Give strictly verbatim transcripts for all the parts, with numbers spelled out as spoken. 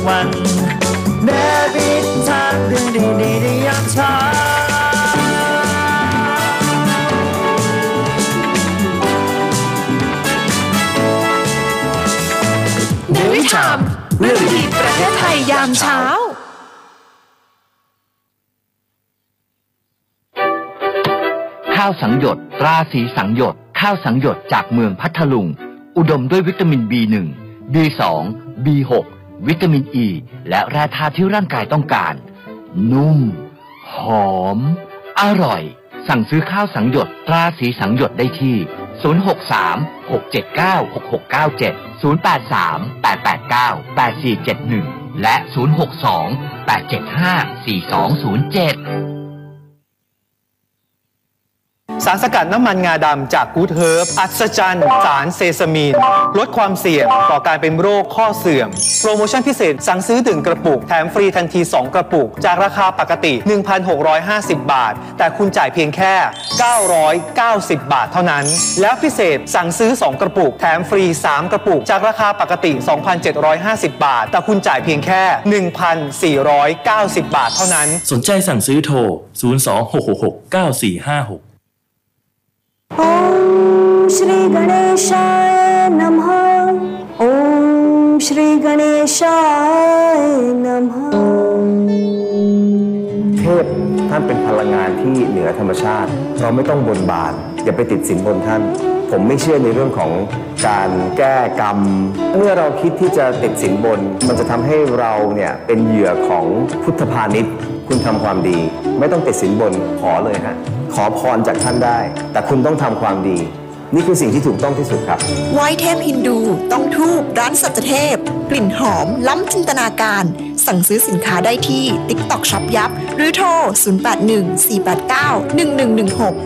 วันเนวิทามเรื่องดีๆในยามเช้าเนวิทามเรื่องดีประเทศไทยยามเช้าข้าวสังหยดตราสีสังหยดข้าวสังหยดจากเมืองพัทลุงอุดมด้วยวิตามิน บี หนึ่ง บี สอง บี หก วิตามินอ e, ีและแร่ธาตุที่ร่างกายต้องการนุ่มหอมอร่อยสั่งซื้อข้าวสังหยดตราสีสังหยดได้ที่ศูนย์ หก สาม หก เจ็ด เก้า หก หก เก้า เจ็ด ศูนย์ แปด สาม แปด แปด เก้า แปด สี่ เจ็ด หนึ่งและศูนย์ หก สอง แปด เจ็ด ห้า สี่ สอง ศูนย์ เจ็ดสารสกัดน้ำมันงาดำจากกู๊ดเฮิร์บอัศจรรย์สารเซซามีนลดความเสี่ยงต่อการเป็นโรคข้อเสื่อมโปรโมชั่นพิเศษสั่งซื้อหนึ่งกระปุกแถมฟรีทันทีสองกระปุกจากราคาปกติ หนึ่งพันหกร้อยห้าสิบ บาทแต่คุณจ่ายเพียงแค่เก้าร้อยเก้าสิบ บาทเท่านั้นแล้วพิเศษสั่งซื้อสองกระปุกแถมฟรีสามกระปุกจากราคาปกติ สองพันเจ็ดร้อยห้าสิบ บาทแต่คุณจ่ายเพียงแค่ หนึ่งพันสี่ร้อยเก้าสิบ บาทเท่านั้นสนใจสั่งซื้อโทรศูนย์ สอง หก หก หก เก้า สี่ ห้า หก Om Shri Ganeshaya Namaha Om Shri Ganeshaya Namaha เทพท่านเป็นพลังงานที่เหนือธรรมชาติเราไม่ต้องบนบานอย่าไปติดสินบนท่านผมไม่เชื่อในเรื่องของการแก้กรรมเมื่อเราคิดที่จะติดสินบนมันจะทำให้เราเนี่ยเป็นเหยื่อของพุทธพาณิชย์คุณทำความดีไม่ต้องติดสินบนขอเลยฮะขอพรจากท่านได้แต่คุณต้องทำความดีนี่คือสิ่งที่ถูกต้องที่สุดครับไหว้เทพฮินดูต้องธูปร้านสัจเทพกลิ่นหอมล้ำจินตนาการสั่งซื้อสินค้าได้ที่ TikTok Shop ยับหรือโทรศูนย์ แปด หนึ่ง สี่ แปด เก้า หนึ่ง หนึ่ง หนึ่ง หก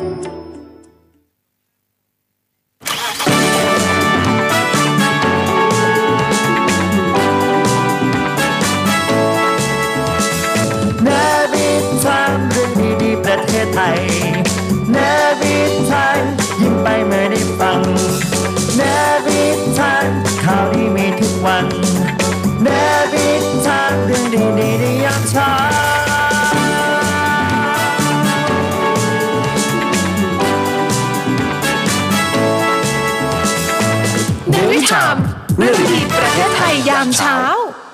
เนวิทามเรื่องดีๆประเทศไทยเนวิทามยิ้มไปเมื่อได้ฟังเนวิทามข่าวดีมีทุกวันเนวิทามเรื่องดีๆในยามเช้าเนวิทามเรื่องดีๆประเทศไทยยามเช้า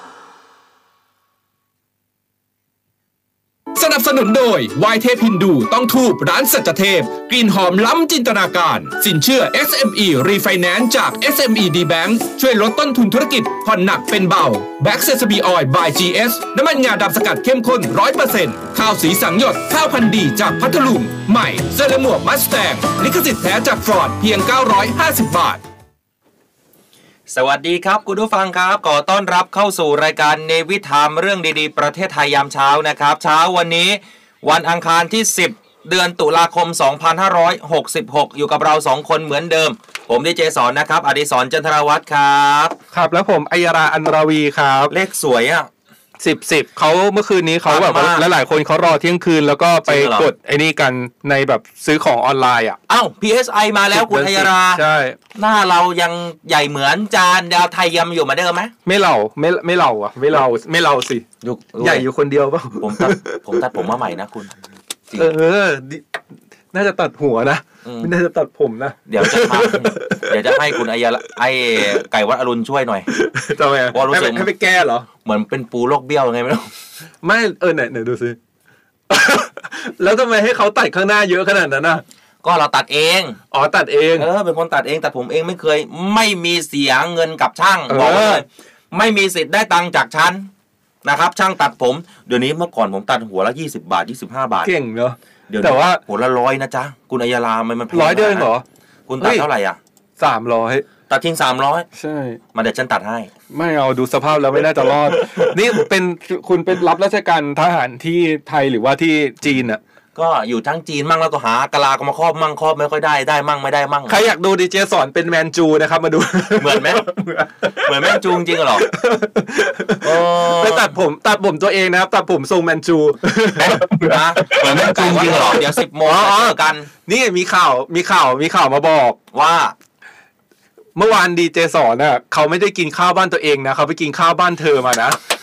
สนับสนุนโดยไหว้เทพฮินดูต้องธูปร้านสัจเทพกลิ่นหอมล้ำจินตนาการสินเชื่อ เอส เอ็ม อี Refinance จาก เอส เอ็ม อี ดี Bank ช่วยลดต้นทุนธุรกิจผ่อนหนักเป็นเบา Black Sesame Oil by จี เอส น้ำมันงาดำสกัดเข้มข้น ร้อยเปอร์เซ็นต์ ข้าวสีสังหยดข้าวพันธุ์ดีจากพัทลุงใหม่เสื้อและหมวกมัสแตงลิขสิทธิ์แท้จากฟอร์ดเพียงเก้าร้อยห้าสิบบาทสวัสดีครับคุณผู้ฟังครับขอต้อนรับเข้าสู่รายการเนวิทามเรื่องดีๆประเทศไทยยามเช้านะครับเช้าวันนี้วันอังคารที่สิบเดือนตุลาคมสองพันห้าร้อยหกสิบหกอยู่กับเราสองคนเหมือนเดิมผมดีเจสอนนะครับอดิศรจันทรวัฒน์ครับครับแล้วผมอัยราอันราวีครับเลขสวยอ่ะสิบสิบเขาเมื่อคืนนี้เขาแบบหลายๆคนเขารอเที่ยงคืนแล้วก็ไปกดไอ้นี่กันในแบบซื้อของออนไลน์อ่ะอ้าว พี เอส ไอ มาแล้วคุณอัยราใช่หน้าเรายังใหญ่เหมือนจานดาวไทยยำอยู่เหมือนเดิมไหมไม่เหล่าไม่ไม่เหล่าอ่ะไม่เหล่าไม่เหล่าสิใหญ่อยู่คนเดียวป่ะผมตัดผมตัดผมมาใหม่นะคุณเออน่าจะตัดหัวนะไม่น่าจะตัดผมนะเดี๋ยวจะมาเดี๋ยวจะให้คุณอัยราไอ้ไก่วัดอรุณช่วยหน่อยทำไมให้ไปแก้เหรอเหมือนเป็นปูโรคเบี้ยวไงไม่รู้ไม่เออไหนไหนดูซิแล้วทำไมให้เขาตัดข้างหน้าเยอะขนาดนั้นน่ะก็เราตัดเองอ๋อตัดเองเออเป็นคนตัดเองตัดผมเองไม่เคยไม่มีเสียเงินกับช่างบอกเลยไม่มีสิทธิ์ได้ตังค์จากฉันนะครับช่างตัดผมเดี๋ยวนี้เมื่อก่อนผมตัดหัวละยี่สิบบาทยี่สิบห้าบาทเก่งเนาะเดี๋ยวแต่ว่าหัวละร้อยนะจ๊ะคุณอัยรามันมันร้อยเดินเหรอคุณตัดเท่าไหร่อ่ะสามร้อยตัดทิ้งสามร้อยใช่มาเดี๋ยวฉันตัดให้ไม่เอาดูสภาพแล้วไม่น่าจะรอดนี่เป็นคุณเป็นรับราชการทหารที่ไทยหรือว่าที่จีนอ่ะก็อยู่ทั้งจีนมั่งแล้วก็หากะลาก็มาครอบมั่งครอบไม่ค่อยได้ได้มั่งไม่ได้มั่งใครอยากดูดีเจสอนเป็นแมนจูนะครับมาดูเหมือนไหมเหมือนแมนจูจริงเหรอไปตัดผมตัดผมตัวเองนะครับตัดผมทรงแมนจูนะเหมือนแมนจูจริงเหรอเดี๋ยวสิบโมงเจอกันนี่มีข่าวมีข่าวมีข่าวมาบอกว่าเมื่อวานดีเจสอนน่ะเขาไม่ได้กินข้าวบ้านตัวเองนะเขาไปกินข้าวบ้านเธอมานะ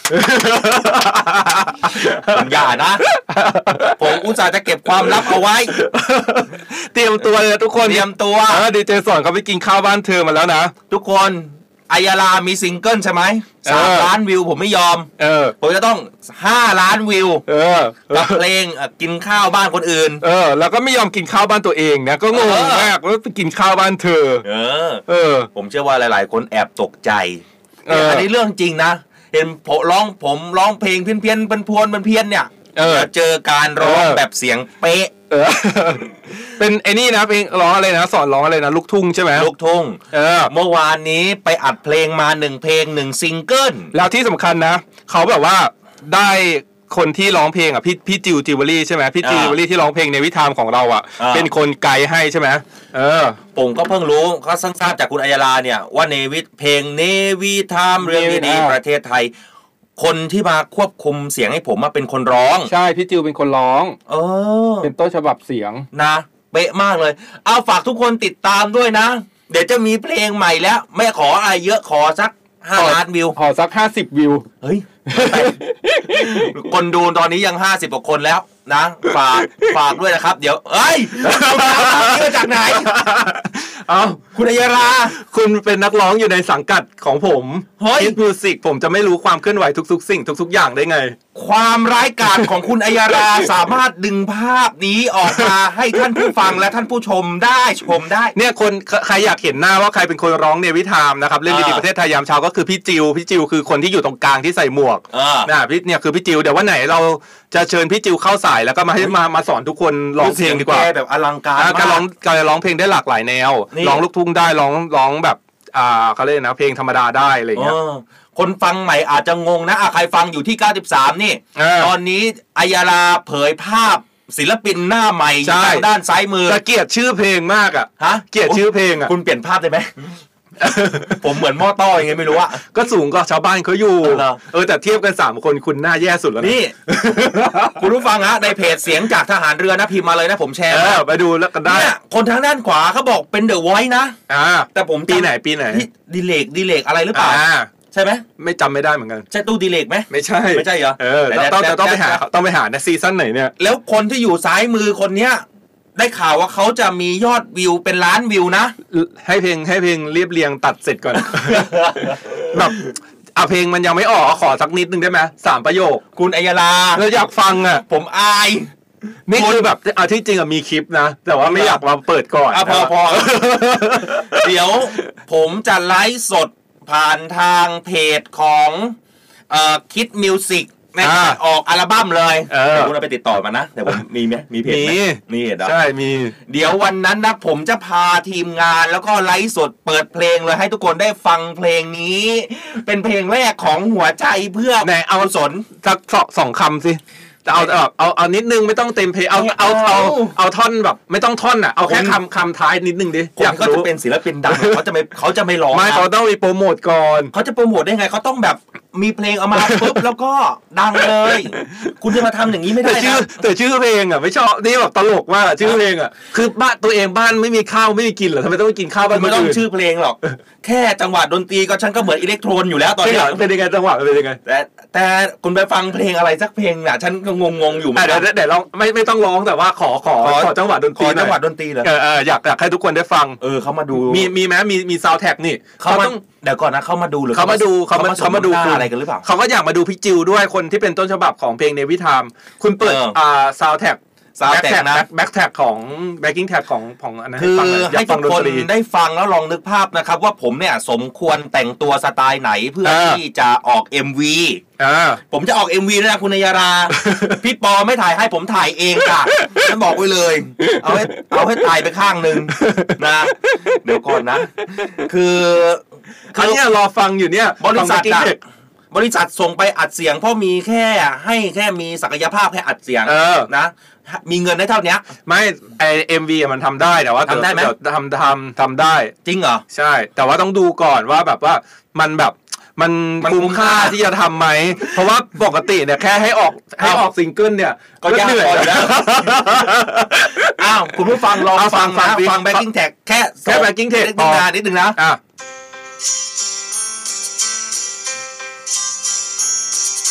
ผมอย่านะผมอุตส่าห์จะเก็บความลับเอาไว้เตรียมตัวเลยทุกคนเตรียมตัวเออดีเจสอนเขาไปกินข้าวบ้านเธอมาแล้วนะทุกคนอายาลามีซิงเกิลใช่ไหมสามล้านวิวผมไม่ยอมเออผมจะต้องห้าล้านวิวเออกับเพลงกินข้าวบ้านคนอื่นเออแล้วก็ไม่ยอมกินข้าวบ้านตัวเองนะก็งงมากว่าไปกินข้าวบ้านเธอเออเออผมเชื่อว่าหลายๆคนแอบตกใจอันนี้เรื่องจริงนะเห็นผมร้องผมร้องเพลงเพี้ยนเพี้ยนเป็นพวนเป็นเพี้ยนเนี่ยเจอการร้องแบบเสียงเป๊ะเป็นไอ้นี่นะเพลงร้องอะไรนะสอนร้องอะไรนะลูกทุ่งใช่ไหมลูกทุ่งเออเมื่อวานนี้ไปอัดเพลงมาหนึ่งเพลงหนึ่งซิงเกิลแล้วที่สำคัญนะเขาแบบว่าได้คนที่ร้องเพลงอ่ะพี่พี่จิวจิวเวลรี่ใช่ไหมพี่จิวเวลรี่ที่ร้องเพลงในวิธามของเราอ่ะเป็นคนไกด์ให้ใช่ไหมเออผมก็เพิ่งรู้เขาทราบจากคุณอัยราเนี่ยว่าในวิเพลงเนวิธามเรื่องดีๆประเทศไทยคนที่มาควบคุมเสียงให้ผมมาเป็นคนร้องใช่พี่จิวเป็นคนร้องเออเป็นต้นฉบับเสียงนะเป๊ะมากเลยเอาฝากทุกคนติดตามด้วยนะเดี๋ยวจะมีเพลงใหม่แล้วไม่ขออะไรเยอะขอสักห้าล้านวิวขอสักห้าสิบวิวเฮ้ยคนดูตอนนี้ยังห้าสิบกว่าคนแล้วนะฝากฝากด้วยนะครับเดี๋ยวเอ้ยคุณเอาตามนี้มาจากไหนเอาคุณอัยราคุณเป็นนักร้องอยู่ในสังกัดของผมฮิตมิวสิกผมจะไม่รู้ความเคลื่อนไหวทุกๆสิ่งทุกๆอย่างได้ไงความร้ายกาจของคุณอัยราสามารถดึงภาพนี้ออกมาให้ท่านผู้ฟังและท่านผู้ชมได้ชมได้เนี่ยคนใครอยากเห็นหน้าว่าใครเป็นคนร้องเนวิธามนะครับเรื่องดีๆประเทศไทยยามเช้าก็คือพี่จิวพี่จิวคือคนที่อยู่ตรงกลางที่ใส่หมวกนะพี่เนี่ยคือพี่จิวเดี๋ยววันไหนเราจะเชิญพี่จิวเข้าสายแล้วก็มาให้มามาสอนทุกคนร้องเพลงดีกว่าแบบอลังการการร้องการร้องเพลงได้หลากหลายแนวร้องลูกทุ่งได้ร้องร้องแบบอ่าเขาเรียกนะเพลงธรรมดาได้อะไรเงี้ยคนฟังใหม่อาจจะงงนะใครฟังอยู่ที่เก้าสิบสามนี่ตอนนี้อัยราเผยภาพศิลปินหน้าใหม่ทางด้านซ้ายมือแต่เกลียดชื่อเพลงมากอ่ะฮะเกลียดชื่อเพลงอ่ะคุณเปลี่ยนภาพได้ไหมผมเหมือนหม้อต้อยังไงไม่รู้อะก็สูงกว่าชาวบ้านเขาอยู่เออแต่เทียบกันสามคนคุณหน้าแย่สุดแล้วนี่คุณผู้ฟังฮะในเพจเสียงจากทหารเรือนะพิมพ์มาเลยนะผมแชร์ไปดูแล้วกันได้คนทางด้านขวาเขาบอกเป็นเดอะไวท์นะแต่ผมปีไหนปีไหนดีเลกดีเลกอะไรหรือเปล่าใช่ไหมไม่จำไม่ได้เหมือนกันใช่ตู้ดีเลกไหมไม่ใช่ไม่ใช่เหรอเออต้องต้องไปหาต้องไปหาในซีซั่นไหนเนี่ยแล้วคนที่อยู่ซ้ายมือคนเนี้ยได้ข่าวว่าเขาจะมียอดวิวเป็นล้านวิวนะให้เพลงให้เพลงเรียบเรียงตัดเสร็จก่อนแบบเอาเพลงมันยังไม่ออกขอสักนิดนึงได้ไหมสามประโยคคุณอัยราเราอยากฟังอ่ะผมอายนี่คือแบบเอาที่จริงอะมีคลิปนะแต่ว่าไม่อยากมาเปิดก่อนพอพอเดี๋ยวผมจะไลฟ์สดผ่านทางเพจของเอ่อคิดมิวสิกในการออกอัลบั้มเลยเดี๋ยวคุณไปติดต่อมานะเดี๋ยวผมมีไหมมีเพจไหมมีเหรอใช่มีเดี๋ยววันนั้นนะผมจะพาทีมงานแล้วก็ไลฟ์สดเปิดเพลงเลยให้ทุกคนได้ฟังเพลงนี้เป็นเพลงแรกของหัวใจเพื่อไหนเอาสนสักสองคำสิจะเอาแบบเอาเอานิดนึงไม่ต้องเต็มเพลงเอาเอาเอาเอาท่อนแบบไม่ต้องท่อนอ่ะเอาแค่คำคำท้ายนิดนึงดิอยากเขาจะเป็นศิลปินดังเขาจะไม่เขาจะไม่ร้องไม่เขาต้องมีโปรโมทก่อนเขาจะโปรโมทได้ไงเขาต้องแบบมีเพลงเอามาปุ๊บแล้วก็ดังเลยคุณจะมาทำอย่างนี้ไม่ได้แต่ชื่อแต่ชื่อเพลงอ่ะไม่ชอบนี่แบบตลกมากชื่อเพลงอ่ะคือบ้านตัวเองบ้านไม่มีข้าวไม่มีกินเหรอทำไมต้องไปกินข้าวบ้านไม่ต้องชื่อเพลงหรอกแค่จังหวะดนตรีก็ฉันก็เหมือนอิเล็กโทรนอยู่แล้วตอนนี้เป็นยังไงจังหวะเป็นยังไงแต่แต่คุณไปฟังเพลงอะไรสักเพลงน่ะฉันก็งงๆอยู่เดี๋ยวเดี๋ยวลองไม่ไม่ต้องร้องแต่ว่าขอขอขอจังหวะดนตรีขอจังหวะดนตรีเหรอเออเอออยากอยากให้ทุกคนได้ฟังเออเขามาดูมีมีไหมมีมีซาวด์แท็กนี่เขาต้องเดี๋ยวก่อนนะเขามาดูหรือเขามาดูเขามาเขามาดูอะไรกันหรือเปล่าเขาก็อยากมาดูพี่จิวด้วยคนที่เป็นต้นฉบับของเพลงเนวิธามคุณเปิดอ่าซาวด์แท็กซาวด์แท็กนะแบ็คแท็กของแบ็คกิ้งแท็กของของอันนั้นคือให้ทุกคนได้ฟังแล้วลองนึกภาพนะครับว่าผมเนี่ยสมควรแต่งตัวสไตล์ไหนเพื่อที่จะออก เอ็ม วี ผมจะออก เอ็ม วี แล้วนะคุณนายราพี่ปอไม่ถ่ายให้ผมถ่ายเองจ้ะฉันบอกไว้เลยเอาให้เอาให้ถ่ายไปข้างนึงนะเดี๋ยวก่อนนะคือคือเนี่ยรอฟังอยู่เนี่ยบริษัทบริษัทส่งไปอัดเสียงเพราะมีแค่ให้แค่มีศักยภาพแค่อัดเสียงนะมีเงินได้เท่านี้ไม่ไอเอ็มวีมันทำได้แต่ว่าทำได้ไหมทำทำทำได้จริงเหรอใช่แต่ว่าต้องดูก่อนว่าแบบว่ามันแบบมันคุ้มค่าที่จะทำไหมเพราะว่าปกติเนี่ยแค่ให้ออกให้ออกซิงเกิลเนี่ยก็ยากพอแล้วอ้าวคุณผู้ฟังลองฟังฟังฟังแบ็คกิ้งแท็กแค่แค่แบ็คกิ้งแท็กนิดนึงนะ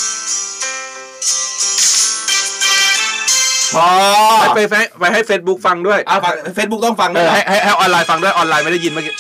พอไปไปไปให้ Facebook ฟังด้วยอ่าฟัง Facebook ต้องฟังด้วยให้ให้ให้ออนไลน์ฟังด้วยออนไลน์ไม่ได้ยินเมื่อกี้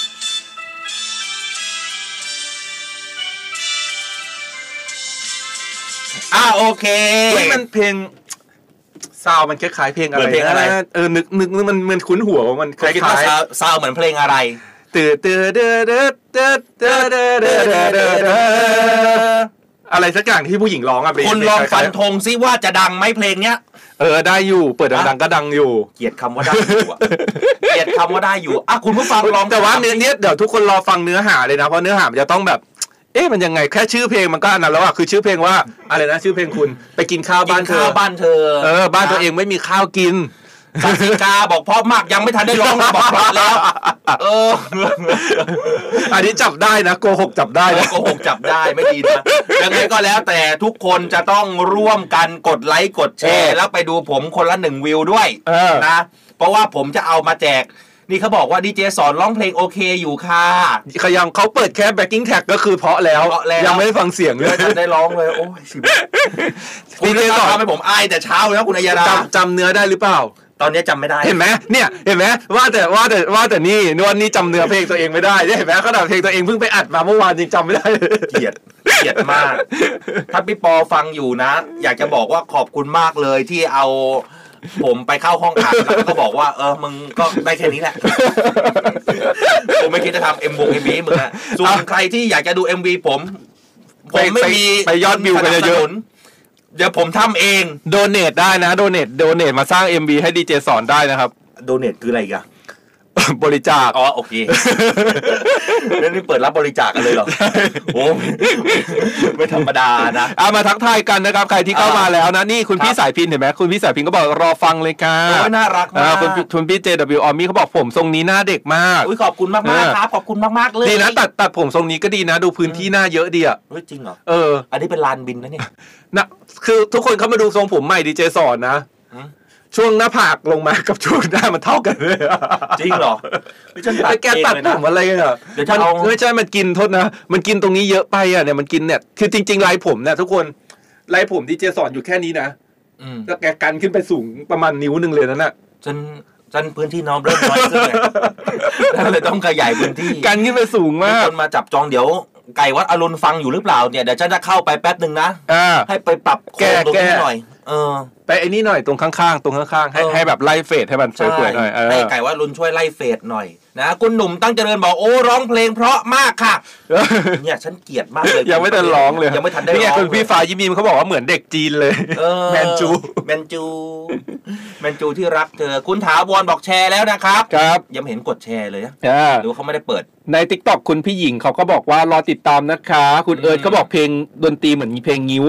อ่าโอเคเฮ้ยมันเพลงซาวมันคล้ายๆเพลงอะไรเพลงอะไรเออนึกนึกมันมันคุ้นหัวว่ามันคล้ายๆซาวเหมือนเพลงอะไรตื่นตื่นเด้อเด้อเด้อเด้อเด้อเด้อเด้อเด้ออะไรสักอย่างที่ผู้หญิงร้องอ่ะคุณลองฟันธงซิว่าจะดังไหมเพลงเนี้ยเออได้อยู่เปิดดังๆก็ดังอยู่เกลียดคำว่าได้อยู่เกลียดคำว่าได้อยู่อ่ะคุณผู้ฟังลองแต่ว่าเนื้อเนี้ยเดี๋ยวทุกคนรอฟังเนื้อหาเลยนะเพราะเนื้อหามันจะต้องแบบเอ๊ะมันยังไงแค่ชื่อเพลงมันก็อันนั้นแล้วอ่ะคือชื่อเพลงว่าอะไรนะชื่อเพลงคุณไปกินข้าวบ้านเธอบ้านเธอเออบ้านตัวเองไม่มีข้าวกินกาซิกาบอกเพราะมากยังไม่ทันได้ร้องบอกเพราะแล้วเอออันนี้จับได้นะโกหกจับได้นะโกหกจับได้ไม่ดีนะยังไงก็แล้วแต่ทุกคนจะต้องร่วมกันกดไลค์กดแชร์แล้วไปดูผมคนละหนึ่งวิวด้วยนะเพราะว่าผมจะเอามาแจกนี่เขาบอกว่าดีเจสอนร้องเพลงโอเคอยู่ค่ะขยังเขาเปิดแค่ backing track ก็คือเพราะแล้วยังไม่ได้ฟังเสียงเลยได้ร้องเลยโอ้ยชีวิตดีเจสอนทำให้ผมอายแต่เช้าแล้วคุณอัยราจำจำเนื้อได้หรือเปล่าตอนนี้จำไม่ได้เห็นไหมเนี่ยเห็นไหมว่าแต่ว่าแต่ว่าแต่นี่นวลนี่จำเนื้อเพลงตัวเองไม่ได้เห็นไหมขนาดเพลงตัวเองเพิ่งไปอัดมาเมื่อวานยังจำไม่ได้เกลียดเกลียดมากถ้าพี่ปอฟังอยู่นะอยากจะบอกว่าขอบคุณมากเลยที่เอาผมไปเข้าห้องอัดแล้วก็บอกว่าเออมึงก็ได้แค่นี้แหละผมไม่คิดจะทำเอ็มวงเอ็มวีมึงนะส่วนใครที่อยากจะดู เอ็ม วี ผมผมไม่มีไปยอดวิวกันเยอะเดี๋ยวผมทำเองโดเนทได้นะโดเนทโดเนทมาสร้าง เอ็ม วี ให้ดีเจสอนได้นะครับโดเนทคืออะไรกันบริจาคอ๋อโอเคแล้วนี่เปิดรับบริจาคกันเลยเหรอโอ้ไม่ธรรมดานะเอามาทักทายกันนะครับใครที่เข้ามาแล้วนะนี่คุณพี่สายพินเห็นไหมคุณพี่สายพินก็บอกรอฟังเลยค่ะโอ้น่ารักมากคุณคุณพี่ เจ ดับเบิลยู ออมมี่เขาบอกผมทรงนี้หน้าเด็กมากอุ้ยขอบคุณมากมากครับขอบคุณมากมากเลยดีนะตัดตัดผมทรงนี้ก็ดีนะดูพื้นที่หน้าเยอะดีอ่ะเฮ้ยจริงเหรอเอออันนี้เป็นลานบินนะเนี่ยนะคือทุกคนเขามาดูทรงผมใหม่ดีเจสอนนะช่วงหน้าผากลงมากับช่วงหน้ามันเท่ากันเลยจริงเหรอไม่ใช่แกตัดผมอะไรกันอ่ะเดี๋ยวจะเอาไม่ใช่มันกินโทษนะมันกินตรงนี้เยอะไปอ่ะเนี่ยมันกินเนี่ยคือจริงๆลายผมเนี่ยทุกคนลายผมที่เจสอนอยู่แค่นี้นะแล้วแกกันขึ้นไปสูงประมาณนิ้วนึงเลยนั่นน่ะจนจนพื้นที่น้องเริ่มน้อยขึ้นเลยแล้วเลยต้องขยายพื้นที่กันขึ้นไปสูงมากคนมาจับจองเดี๋ยวไก่วัดอรุณฟังอยู่หรือเปล่าเนี่ยเดี๋ยวฉันจะเข้าไปแป๊บนึงนะให้ไปปรับแก้ตรงนี้หน่อยเออไปไอ้นี่หน่อยตรงข้างๆตรงข้างๆให้ให้แบบไล่เฟดให้มันสวยๆหน่อยให้ไก่วัดอรุณช่วยไล่เฟดหน่อยนะคุณหนุ่มตั้งเจริญบอกโอ้ร้องเพลงเพราะมากค่ะเนี่ยฉันเกลียดมากเลยยังไม่ทันร้องเลยยังไม่ทันได้ร้องนี่คุณพี่ฟ้ายิ้มยิ้มเขาบอกว่าเหมือนเด็กจีนเลยแมนจูแมนจูแมนจูที่รักเธอคุณถาวรบอกแชร์แล้วนะครับครับยังเห็นกดแชร์เลยนะหรือว่าเขาไม่ได้เปิดใน ติ๊กต็อก คุณพี่หญิงเขาก็บอกว่ารอติดตามนะคะคุณเอิร์ธเขาบอกเพลงดนตรีเหมือนมีเพลงงิ้ว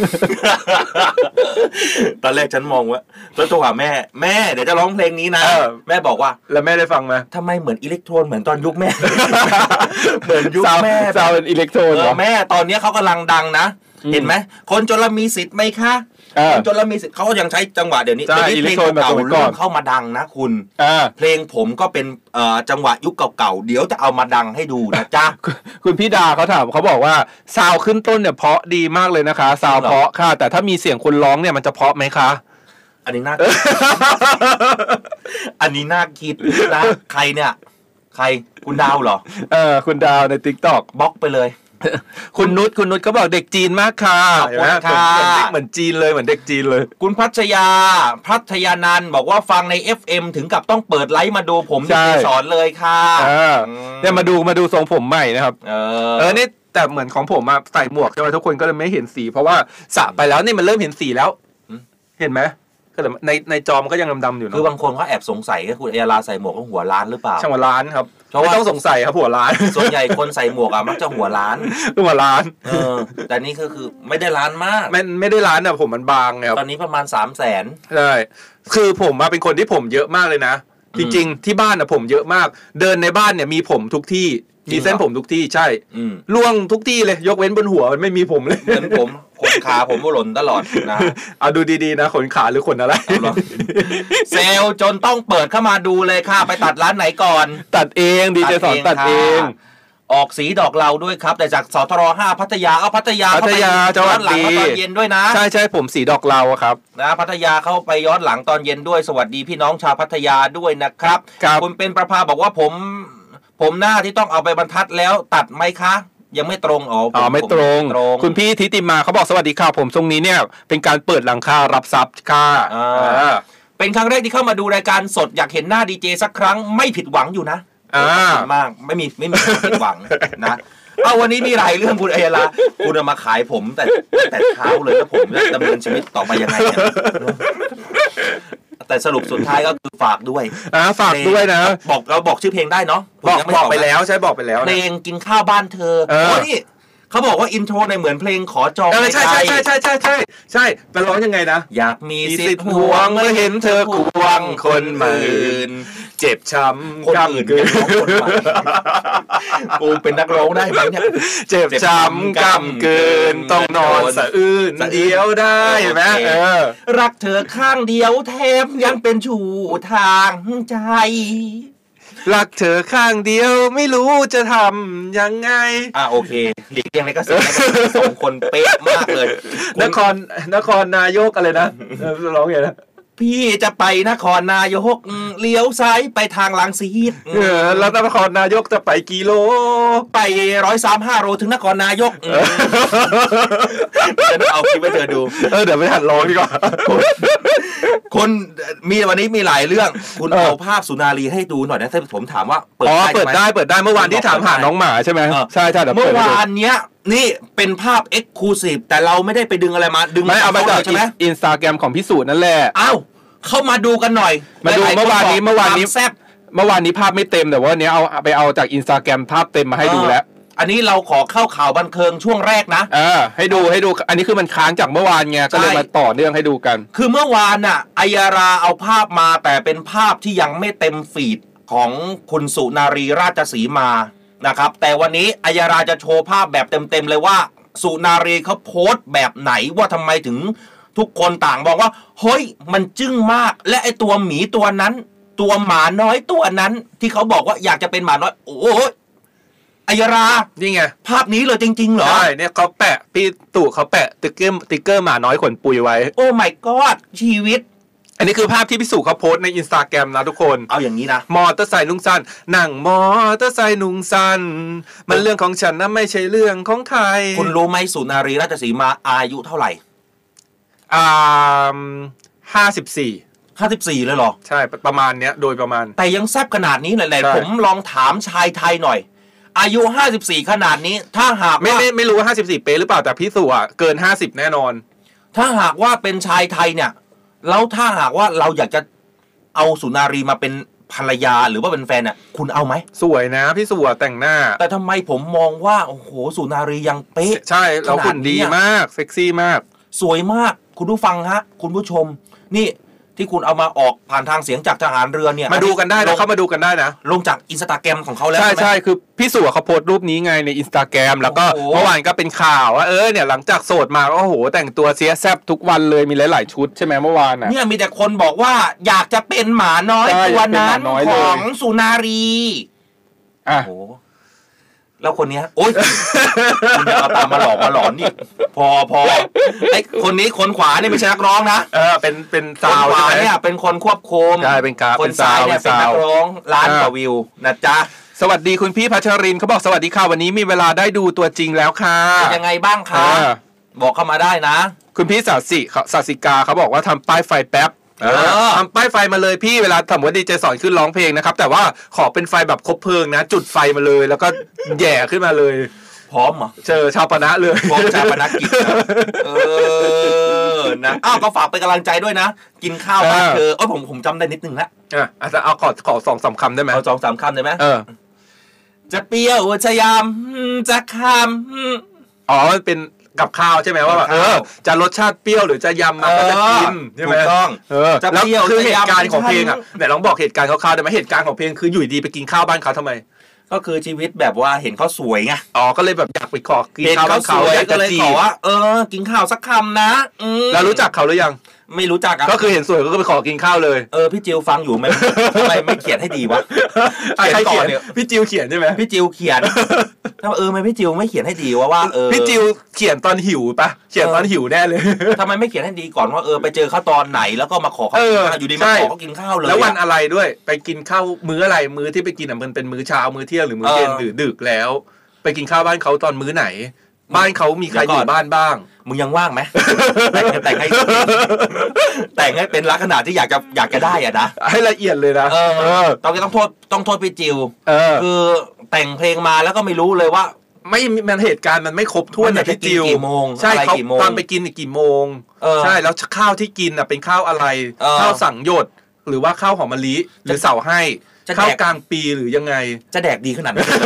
ตอนแรกฉันมองว่าแล้วโทรหาแม่แม่เดี๋ยวจะร้องเพลงนี้นะแม่บอกว่าแล้วแม่ได้ฟังไหมทำไมเหมือนอิเล็กโทรนเหมือนตอนยุคแม่เหมือนยุคแม่ซาวเป็นอิเล็กโทรนเหรอแม่ตอนนี้เขากำลังดังนะเห็นไหมคนจนมีสิทธิ์ไหมคะคนจนมีสิทธิ์เขายังใช้จังหวะเดี๋ยวนี้เดี๋ยวนี้เพลงเก่าๆเริ่มเข้ามาดังนะคุณเพลงผมก็เป็นจังหวะยุคเก่าๆเดี๋ยวจะเอามาดังให้ดูนะจ๊ะคุณพี่ดาเขาถามเขาบอกว่าซาวขึ้นต้นเนี่ยเพราะดีมากเลยนะคะซาวเพราะค่ะแต่ถ้ามีเสียงคนร้องเนี่ยมันจะเพราะไหมคะอันนี้น่าอันนี้น่าคิดนะใครเนี่ยใครคุณดาวเหรอเออคุณดาวใน ติ๊กต็อกบล็อกไปเลยคุณนุชคุณนุชก็บอกเด็กจีนมากค่ะขอบคุณค่ะเหมือนจีนเลยเหมือนเด็กจีนเลยคุณพัชยาพัทยานันท์บอกว่าฟังใน เอฟ เอ็ม ถึงกับต้องเปิดไลฟ์มาดูผมที่สอนเลยค่ะเนี่ยมาดูมาดูทรงผมใหม่นะครับเออเออนี่แต่เหมือนของผมมาใส่หมวกใช่ไหมทุกคนก็เลยไม่เห็นสีเพราะว่าสระไปแล้วนี่มันเริ่มเห็นสีแล้วเห็นไหมก็แต่ในในจอมันก็ยังดำๆอยู่นะคือบางคนเขาแอบสงสัยว่าคุณเอลาใส่หมวกแล้วหัวล้านหรือเปล่าช่างหัวล้านครับไม่ต้องสงสัยครับหัวล้านส่วนใหญ่คนใส่หมวกอะมักจะหัวล้านหัวล้านเออแต่นี่ก็คือไม่ได้ล้านมากไม่ไม่ได้ล้านอะผมมันบางครับตอนนี้ประมาณสามแสนใช่คือผมมาเป็นคนที่ผมเยอะมากเลยนะจริงๆที่บ้านอะผมเยอะมากเดินในบ้านเนี่ยมีผมทุกที่มีเส้นผมทุกที่ใช่ล่วงทุกที่เลยยกเว้นบนหัวมันไม่มีผมเลยเหมือนผมขนขาผมก็หล่นตลอดนะเอาดูดีๆนะขนขาหรือขนอะไรเซลจนต้องเปิดเข้ามาดูเลยค่ะไปตัดร้านไหนก่อนตัดเองดีเจสอนตัดเองออกสีดอกเหลาด้วยครับแต่จากสทรห้าพัทยาเอาพัทยาพัทยาจังหวัดดีตอนเย็นด้วยนะใช่ใช่ผมสีดอกเหลาครับนะพัทยาเข้าไปย้อนหลังตอนเย็นด้วยสวัสดีพี่น้องชาวพัทยาด้วยนะครับคุณเป็นประภาบอกว่าผมผมหน้าที่ต้องเอาไปบรรทัดแล้วตัดไหมคะยังไม่ตรงอ๋ออ๋อไม่ตรงคุณพี่ทิติมาเขาบอกสวัสดีค่ะผมทรงนี้เนี่ยเป็นการเปิดหลังคารับทรัพย์ค่ะเป็นครั้งแรกที่เข้ามาดูรายการสดอยากเห็นหน้าดีเจสักครั้งไม่ผิดหวังอยู่นะมากไม่มีไม่มีผิดหวังนะเอาวันนี้มีหลายเรื่องคุณอัยยาลาคุณมาขายผมแต่แต่เช้าเลยแล้วผมจะดำเนินชีวิตต่อไปยังไงแต่สรุปสุดท้ายก็คือฝากด้วยอ่าฝากด้วยนะบอกเราบอกชื่อเพลงได้เนาะบอกบอกไปแล้วใช่บอกไปแล้วเพลงกินข้าวบ้านเธอโอ้นี่เขาบอกว่าอินโทรในเหมือนเพลงขอจองใช่ใช่ใช่ใช่ใช่ใช่ใช่ไปร้องยังไงนะอยากมีสิทธิ์ห่วงเมื่อเห็นเธอควงคนอื่นเจ็บช้ำคนอื่นเกินกูเป็นนักร้องได้ไหมเนี่ยเจ็บช้ำกำเกินต้องนอนสะอื้นเดียวได้ไหมเออรักเธอข้างเดียวแทบยังเป็นชูทางใจรักเธอข้างเดียวไม่รู้จะทำยังไงอ่ะโอเคหลีกเลี่ยงอะไรก็เสียสองคนเป๊ะมากเลยนครนครนายกอะไรนะร้องไงนะพี่จะไปนครนายกเลี้ยวซ้ายไปทางลังสีเออแล้วนครนายกจะไปกี่โลไปร้อยสามห้าโลถึงนครนายกจะเอาคลิปให้เธอดูเออเดี๋ยวไปหัดร้องดีกว่าคนมีวันนี้มีหลายเรื่องคุณเอาภาพสุนารีให้ดูหน่อยนะถ้าผมถามว่าเปิดได้เปิดได้เปิดได้เมื่อวานที่ถามหาน้องหมาใช่ไหมใช่ใช่เมื่อวานเนี้ยนี่เป็นภาพ Exclusive แต่เราไม่ได้ไปดึงอะไรมาดึงไม่เอามาจากใช่ไหม Instagram ของพี่สูตรนั่นแหละอ้าวเข้ามาดูกันหน่อยมาดูเมื่อวานนี้เมื่อวานนี้แซ่บเมื่อวานนี้ภาพไม่เต็มแต่ว่าเนี้ยเอาไปเอาจาก Instagram ภาพเต็มมาให้ดูแล้วอันนี้เราขอเข้าข่าวบันเทิงช่วงแรกนะเออให้ดูให้ดูอันนี้คือมันค้างจากเมื่อวานไงก็เลยมาต่อเนื่องให้ดูกันคือเมื่อวานน่ะอัยยาราเอาภาพมาแต่เป็นภาพที่ยังไม่เต็มฟีดของคุณสุนารีราชสีมานะครับแต่วันนี้อัยยาราจะโชว์ภาพแบบเต็มๆเลยว่าสุนารีเขาโพสต์แบบไหนว่าทำไมถึงทุกคนต่างบอกว่าเฮ้ยมันจึ้งมากและไอตัวหมีตัวนั้นตัวหมาน้อยตัวนั้นที่เขาบอกว่าอยากจะเป็นหมาน้อยโอ้ยอัยยารานี่ไงภาพนี้เลยจริงๆเหรอใช่เนี่ยเขาแปะพี่ตู่เขาแปะติ๊กเกอร์ติ๊กเกอร์หมาน้อยขนปุยไว้โอ้ my god ชีวิตอันนี้คือภาพที่พี่สุเขาโพสใน Instagram นะทุกคนเอาอย่างนี้นะมอเตอร์ไซค์นุ่งสั้นนั่งมอเตอร์ไซค์นุ่งสั้นมันเรื่องของฉันนะไม่ใช่เรื่องของใครคุณรู้ไหมสุนารีราชสีมาอายุเท่าไหร่อ่าห้าสิบสี่ห้าสิบสี่เลยเหรอใช่ประมาณเนี้ยโดยประมาณแต่ยังแซ่บขนาดนี้เลยๆผมลองถามชายไทยหน่อยอายุห้าสิบสี่ขนาดนี้ถ้าหากไม่ไม่ไม่รู้ว่าห้าสิบสี่เป๊ะหรือเปล่าแต่พี่สุอ่ะเกินห้าสิบแน่นอนถ้าหากว่าเป็นชายไทยเนี่ยแล้วถ้าหากว่าเราอยากจะเอาสุนารีมาเป็นภรรยาหรือว่าเป็นแฟนน่ะคุณเอาไหมสวยนะพี่สุแต่งหน้าแต่ทำไมผมมองว่าโอ้โหสุนารียังเป๊ะใช่แล้วหุ่นดีมากเซ็กซี่มากสวยมากคุณผู้ฟังฮะคุณผู้ชมนี่ที่คุณเอามาออกผ่านทางเสียงจากทหารเรือเนี่ยมาดูกันได้นะเข้ามาดูกันได้นะลงจากอินสตาแกรมของเขาแล้วใช่ใช่คือพี่สุเขาโพสต์รูปนี้ไงในอินสตาแกรมแล้วก็เมื่อวานก็เป็นข่าวว่าเออเนี่ยหลังจากโสดมาก็โอ้โหแต่งตัวเสียแซ่บทุกวันเลยมีหลายๆชุดใช่ไหมเมื่อวานน่ะเนี่ยมีแต่คนบอกว่าอยากจะเป็นหมาน้อยตัวนั้นของสุนารีอ่ะแล้วคนนี้โอ๊ยคุณจะเอาตามมาหลอกมาหลอนนี่พอพอไอ้คนนี้คนขวานี่ไม่ใช่นักร้องนะเออเป็นเป็นสาวขวาเนี่ยเป็นคนควบคุมใช่เป็นการคนซ้ายเนี่ยเป็นนักร้องล้านกว่าวิวนะจ๊ะสวัสดีคุณพี่พัชรินเขาบอกสวัสดีค่ะวันนี้มีเวลาได้ดูตัวจริงแล้วค่ะเป็นยังไงบ้างคะบอกเข้ามาได้นะคุณพี่ศาสิศาสิกาเขาบอกว่าทำป้ายไฟแป๊บทำป้ายไฟมาเลยพี่เวลาสมมติดีเจสอนขึ้นร้องเพลงนะครับแต่ว่าขอเป็นไฟแบบคบเพลิงนะจุดไฟมาเลยแล้วก็แย่ขึ้นมาเลยพร้อมเหรอเจอชาวปณะเลยพร้อมชาวปณะกิจเออนะอ้าวก็ฝากเป็นกำลังใจด้วยนะกินข้าวบ้านเธอเออผมผมจำได้นิดนึงละอ่ะอาจจะเอาขอขอสองสามคำได้ไหมเอาสองสามคำได้ไหมเออจะเปรี้ยวจะยำจะคำอ๋อมันเป็นกับข้าวใช่ไหมว่าแบบเออจะรสชาติเปรี้ยวหรือจะยำมาก็จะกินใช่ไหมถูกต้องเออแล้วคือเหตุการณ์ของเพลงอ่ะไหนลองบอกเหตุการณ์คร่าวๆได้ไหมเหตุการณ์ของเพลงคืออยู่ดีไปกินข้าวบ้านเขาทำไมก็คือชีวิตแบบว่าเห็นเขาสวยไงอ๋อก็เลยแบบอยากไปขอกินข้าวบ้านเขาก็เลยขอว่าเออกินข้าวสักคำนะแล้วรู้จักเขาหรือยังไม่รู้จักอ่ะก็คือเห็นสวยก็ไปขอกินข้าวเลยเออพี่จิวฟังอยู่ไหมทำไมไม่เขียนให้ดีวะใครเขียนพี่จิวเขียนใช่ไหมพี่จิวเขียนถ้าเออไม่พี่จิวไม่เขียนให้ดีว่าว่าเออพี่จิวเขียนตอนหิวปะเขียนตอนหิวแน่เลยทำไมไม่เขียนให้ดีก่อนว่าเออไปเจอเขาตอนไหนแล้วก็มาขอเขาอยู่ดีมาขอเขากินข้าวเลยแล้ววันอะไรด้วยไปกินข้าวมื้ออะไรมื้อที่ไปกินอ่ะมันเป็นมื้อเช้ามื้อเที่ยงหรือมื้อเย็นหรือดึกแล้วไปกินข้าวบ้านเขาตอนมื้อไหนบ้านเขามีใครอยู่บ้านบ้างมึงยังว่างไหมแต่งแต่งให้แต่งให้เป็นลักษณะที่อยากจะอยากจะได้อ่ะนะให้ละเอียดเลยนะเออต้องต้องโทษต้องโทษพี่จิวคือแต่งเพลงมาแล้วก็ไม่รู้เลยว่าไม่มันเหตุการณ์มันไม่ครบถ้วนนะพี่จิวกี่โมงใช่เขาตอนไปกินกี่โมงใช่แล้วข้าวที่กินอ่ะเป็นข้าวอะไรข้าวสังหยดหรือว่าข้าวหอมมะลิหรือเสาให้ข้าวกลางปีหรือยังไงจะแดกดีขนาดนั้น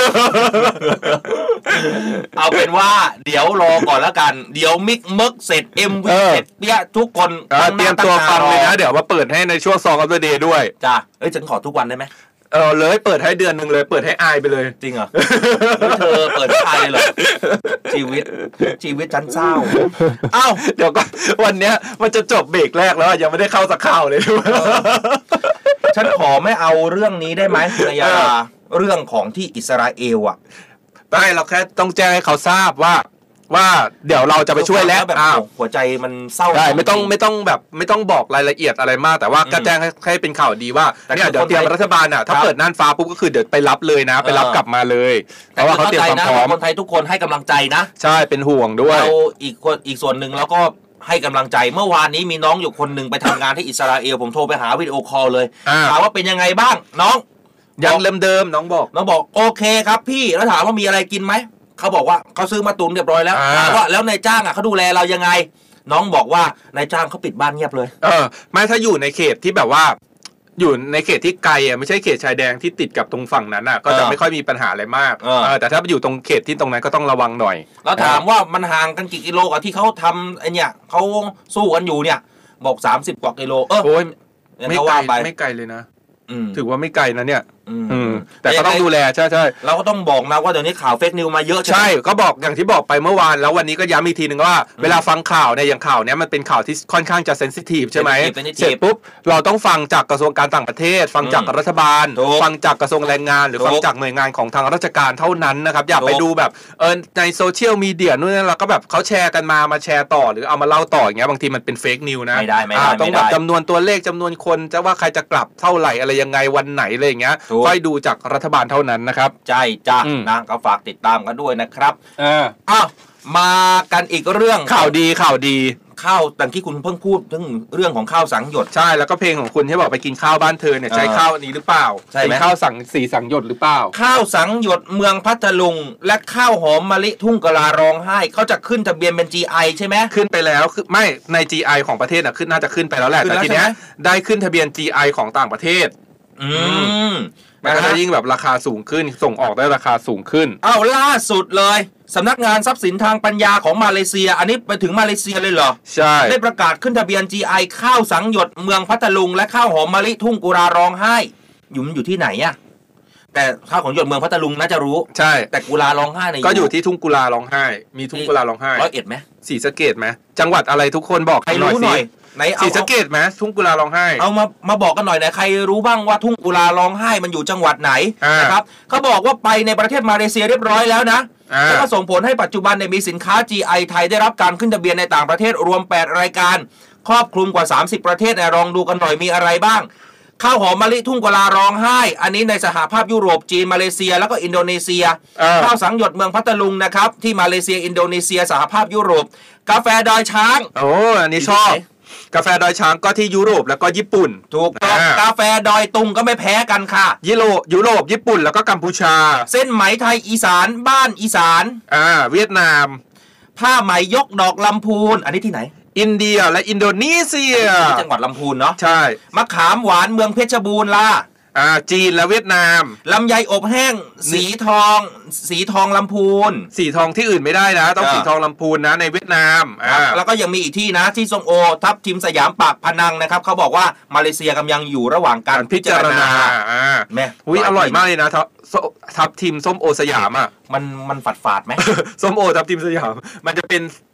เอาเป็นว่าเดี๋ยวรอก่อนแล้วกันเดี๋ยวมิกเมิกเสร็จ เอ็ม วี เสร็จเนี่ยทุกคนเตรียมตัวฟังเลยนะเดี๋ยวมาเปิดให้ในช่วง Song of the Day ด้วยจ้ะเอ้ยฉันขอทุกวันได้ไหมเออเลยเปิดให้เดือนนึงเลยเปิดให้อายไปเลยจริงเหรอเธอเปิดให้อายเลยเหรอชีวิตชีวิตฉันเศร้าเอ้าเดี๋ยวก็วันเนี้ยมันจะจบเบรกแรกแล้วยังไม่ได้เข้าสักข่าวเลยฉันขอไม่เอาเรื่องนี้ได้ไหมคุณนายาเรื่องของที่อิสราเอลอ่ะได้เราแค่ต้องแจ้งให้เขาทราบว่าว่าเดี๋ยวเราจะไปช่วยแล้วแบบหัวใจมันเศร้าได้ไม่ต้องไม่ต้องแบบไม่ต้องบอกรายละเอียดอะไรมากแต่ว่าก็แจ้งให้ให้เป็นข่าวดีว่าเนี่ยเดี๋ยวเตรียมรัฐบาลอ่ะถ้าเปิดน่านฟ้าปุ๊บก็คือเดี๋ยวไปรับเลยนะไปรับกลับมาเลยเพราะว่าเขาเตรียมความพร้อมคนไทยทุกคนให้กำลังใจนะใช่เป็นห่วงด้วยเราอีกคนอีกส่วนหนึ่งแล้วก็ให้กำลังใจเมื่อวานนี้มีน้องอยู่คนหนึ่งไปทำงานที่อิสราเอลผมโทรไปหาวิดีโอคอลเลยถามว่าเป็นยังไงบ้างน้องยังเดิมๆน้องบอกน้องบอกโอเคครับพี่แล้วถามว่ามีอะไรกินไหมเขาบอกว่าเขาซื้อมาตุนเรียบร้อยแล้วถามว่าแล้วนายจ้างอ่ะเขาดูแลเรายังไงน้องบอกว่านายจ้างเขาปิดบ้านเงียบเลยเออไม่ถ้าอยู่ในเขตที่แบบว่าอยู่ในเขตที่ไกลอ่ะไม่ใช่เขตชายแดนที่ติดกับตรงฝั่งนั้นอ่ะก็จะไม่ค่อยมีปัญหาอะไรมากเออแต่ถ้าอยู่ตรงเขตที่ตรงนั้นก็ต้องระวังหน่อยแล้วถามว่ามันห่างกันกี่กิโลกับที่เขาทำไอเนี่ยเขาสู้กันอยู่เนี่ยบอกสามสิบกว่ากิโลเออโอ้ยไม่ไกลไม่ไกลเลยนะถือว่าไม่ไกลนะเนี่ยแต่ก็ต้องดูแลใช่ใช่เราก็ต้องบอกนะว่าเดี๋ยวนี้ข่าวเฟกนิวมาเยอะใช่ก็บอกอย่างที่บอกไปเมื่อวานแล้ววันนี้ก็ย้ำอีกทีนึงว่าเวลาฟังข่าวเนี่ยอย่างข่าวเนี้ยมันเป็นข่าวที่ค่อนข้างจะเซนซิทีฟใช่ไหมเสร็จปุ๊บเราต้องฟังจากกระทรวงการต่างประเทศฟังจากรัฐบาลฟังจากกระทรวงแรงงานหรือฟังจากหน่วยงานของทางราชการเท่านั้นนะครับอย่าไปดูแบบเออในโซเชียลมีเดียนู่นนั่นเราก็แบบเขาแชร์กันมามาแชร์ต่อหรือเอามาเล่าต่ออย่างเงี้ยบางทีมันเป็นเฟกนิวนะไม่ได้ไม่ได้ต้องแบบจำนวนตัวเลขจำนวนคนจะว่าใครจะกลับเท่าไหร่อะไรยังไงวันไหนอะไรอย่างเงี้ยค่อยดูจากรัฐบาลเท่านั้นนะครับใช่จ้ะนะก็ฝากติดตามกันด้วยนะครับอ้าวมากันอีกเรื่องข่าวดีข่าวดีข้าวแต่ที่คุณเพิ่งพูดถึงเรื่องของข้าวสังหยดใช่แล้วก็เพลงของคุณที่บอกไปกินข้าวบ้านเธอเนี่ยใช้ข้าวนี้หรือเปล่าใช่ไหมข้าวสังสีสังหยดหรือเปล่าข้าวสังหยดเมืองพัทลุงและข้าวหอมมะลิทุ่งกะลาร้องไห้เขาจะขึ้นทะเบียนเป็น จี ไอ ใช่ไหมขึ้นไปแล้วคือไม่ใน จี ไอ ของประเทศน่ะขึ้นน่าจะขึ้นไปแล้วแหละแต่ทีเนี้ยได้ขึ้นทะเบียน จี ไอ ของต่างประเทศอืมมันก็จะยิ่งแบบราคาสูงขึ้นส่งออกได้ราคาสูงขึ้นอ้าวล่าสุดเลยสำนักงานทรัพย์สินทางปัญญาของมาเลเซียอันนี้ไปถึงมาเลเซียเลยเหรอใช่ได้ประกาศขึ้นทะเบียน จี ไอ ข้าวสังหยดเมืองพัทลุงและข้าวหอมมะลิทุ่งกุราร้องไห้อยู่มันอยู่ที่ไหนอะแต่ข้าวของหยดเมืองพัทลุงน่าจะรู้ใช่แต่กุราร้องไห้ในก็อยู่ที่ทุ่งกุราร้องไห้มีทุ่งกุราร้องไห้ร้อยเอ็ดไหมศรีสะเกษไหมจังหวัดอะไรทุกคนบอกให้รู้หน่อยไหนศรีสะเกษไหมทุ่งกุลาร้องไห้เอามามาบอกกันหน่อยนะใครรู้บ้างว่าทุ่งกุลาร้องไห้มันอยู่จังหวัดไหนนะครับเขาบอกว่าไปในประเทศมาเลเซียเรียบร้อยแล้วนะแล้วก็ส่งผลให้ปัจจุบันเนี่ยมีสินค้า จี ไอ ไทยได้รับการขึ้นทะเบียนในต่างประเทศรวมแปดรายการครอบคลุมกว่าสามสิบประเทศนะลองดูกันหน่อยมีอะไรบ้างข้าวหอมมะลิทุ่งกุลาร้องไห้อันนี้ในสหภาพยุโรปจีนมาเลเซียแล้วก็อินโดนีเซียข้าวสังหยดเมืองพัทลุงนะครับที่มาเลเซียอินโดนีเซียสหภาพยุโรปกาแฟดอยช้างโอ้อันนี้ชอบกาแฟดอยช้างก็ที่ยุโรปแล้วก็ญี่ปุ่นถูกต้องกาแฟดอยตุงก็ไม่แพ้กันค่ะยุโรปยุโรปญี่ปุ่นแล้วก็กัมพูชาเส้นไหมไทยอีสานบ้านอีสานอ่าเวียดนามผ้าไหมยกดอกลำพูนอันนี้ที่ไหนอินเดียและอินโดนีเซียที่จังหวัดลำพูนเนาะใช่มะขามหวานเมืองเพชรบูรณ์ล่ะอ่าจีนและเวียดนามลำไยอบแห้งสีทองสีทองลำพูนสีทองที่อื่นไม่ได้นะต้องสีทองลำพูนนะในเวียดนามอ่าแล้วก็ยังมีอีกที่นะที่ส้มโอทับทิมสยามปากพนังนะครับเขาบอกว่ามาเลเซียกำลังอยู่ระหว่างการพิจารณาอ่าแม่อุ้ยอร่อยมากเลยนะทับทิมส้มโอสยามอ่ะมันมันฝาดฝาดไหมส้มโอทับทิมสยามมันจะเป็น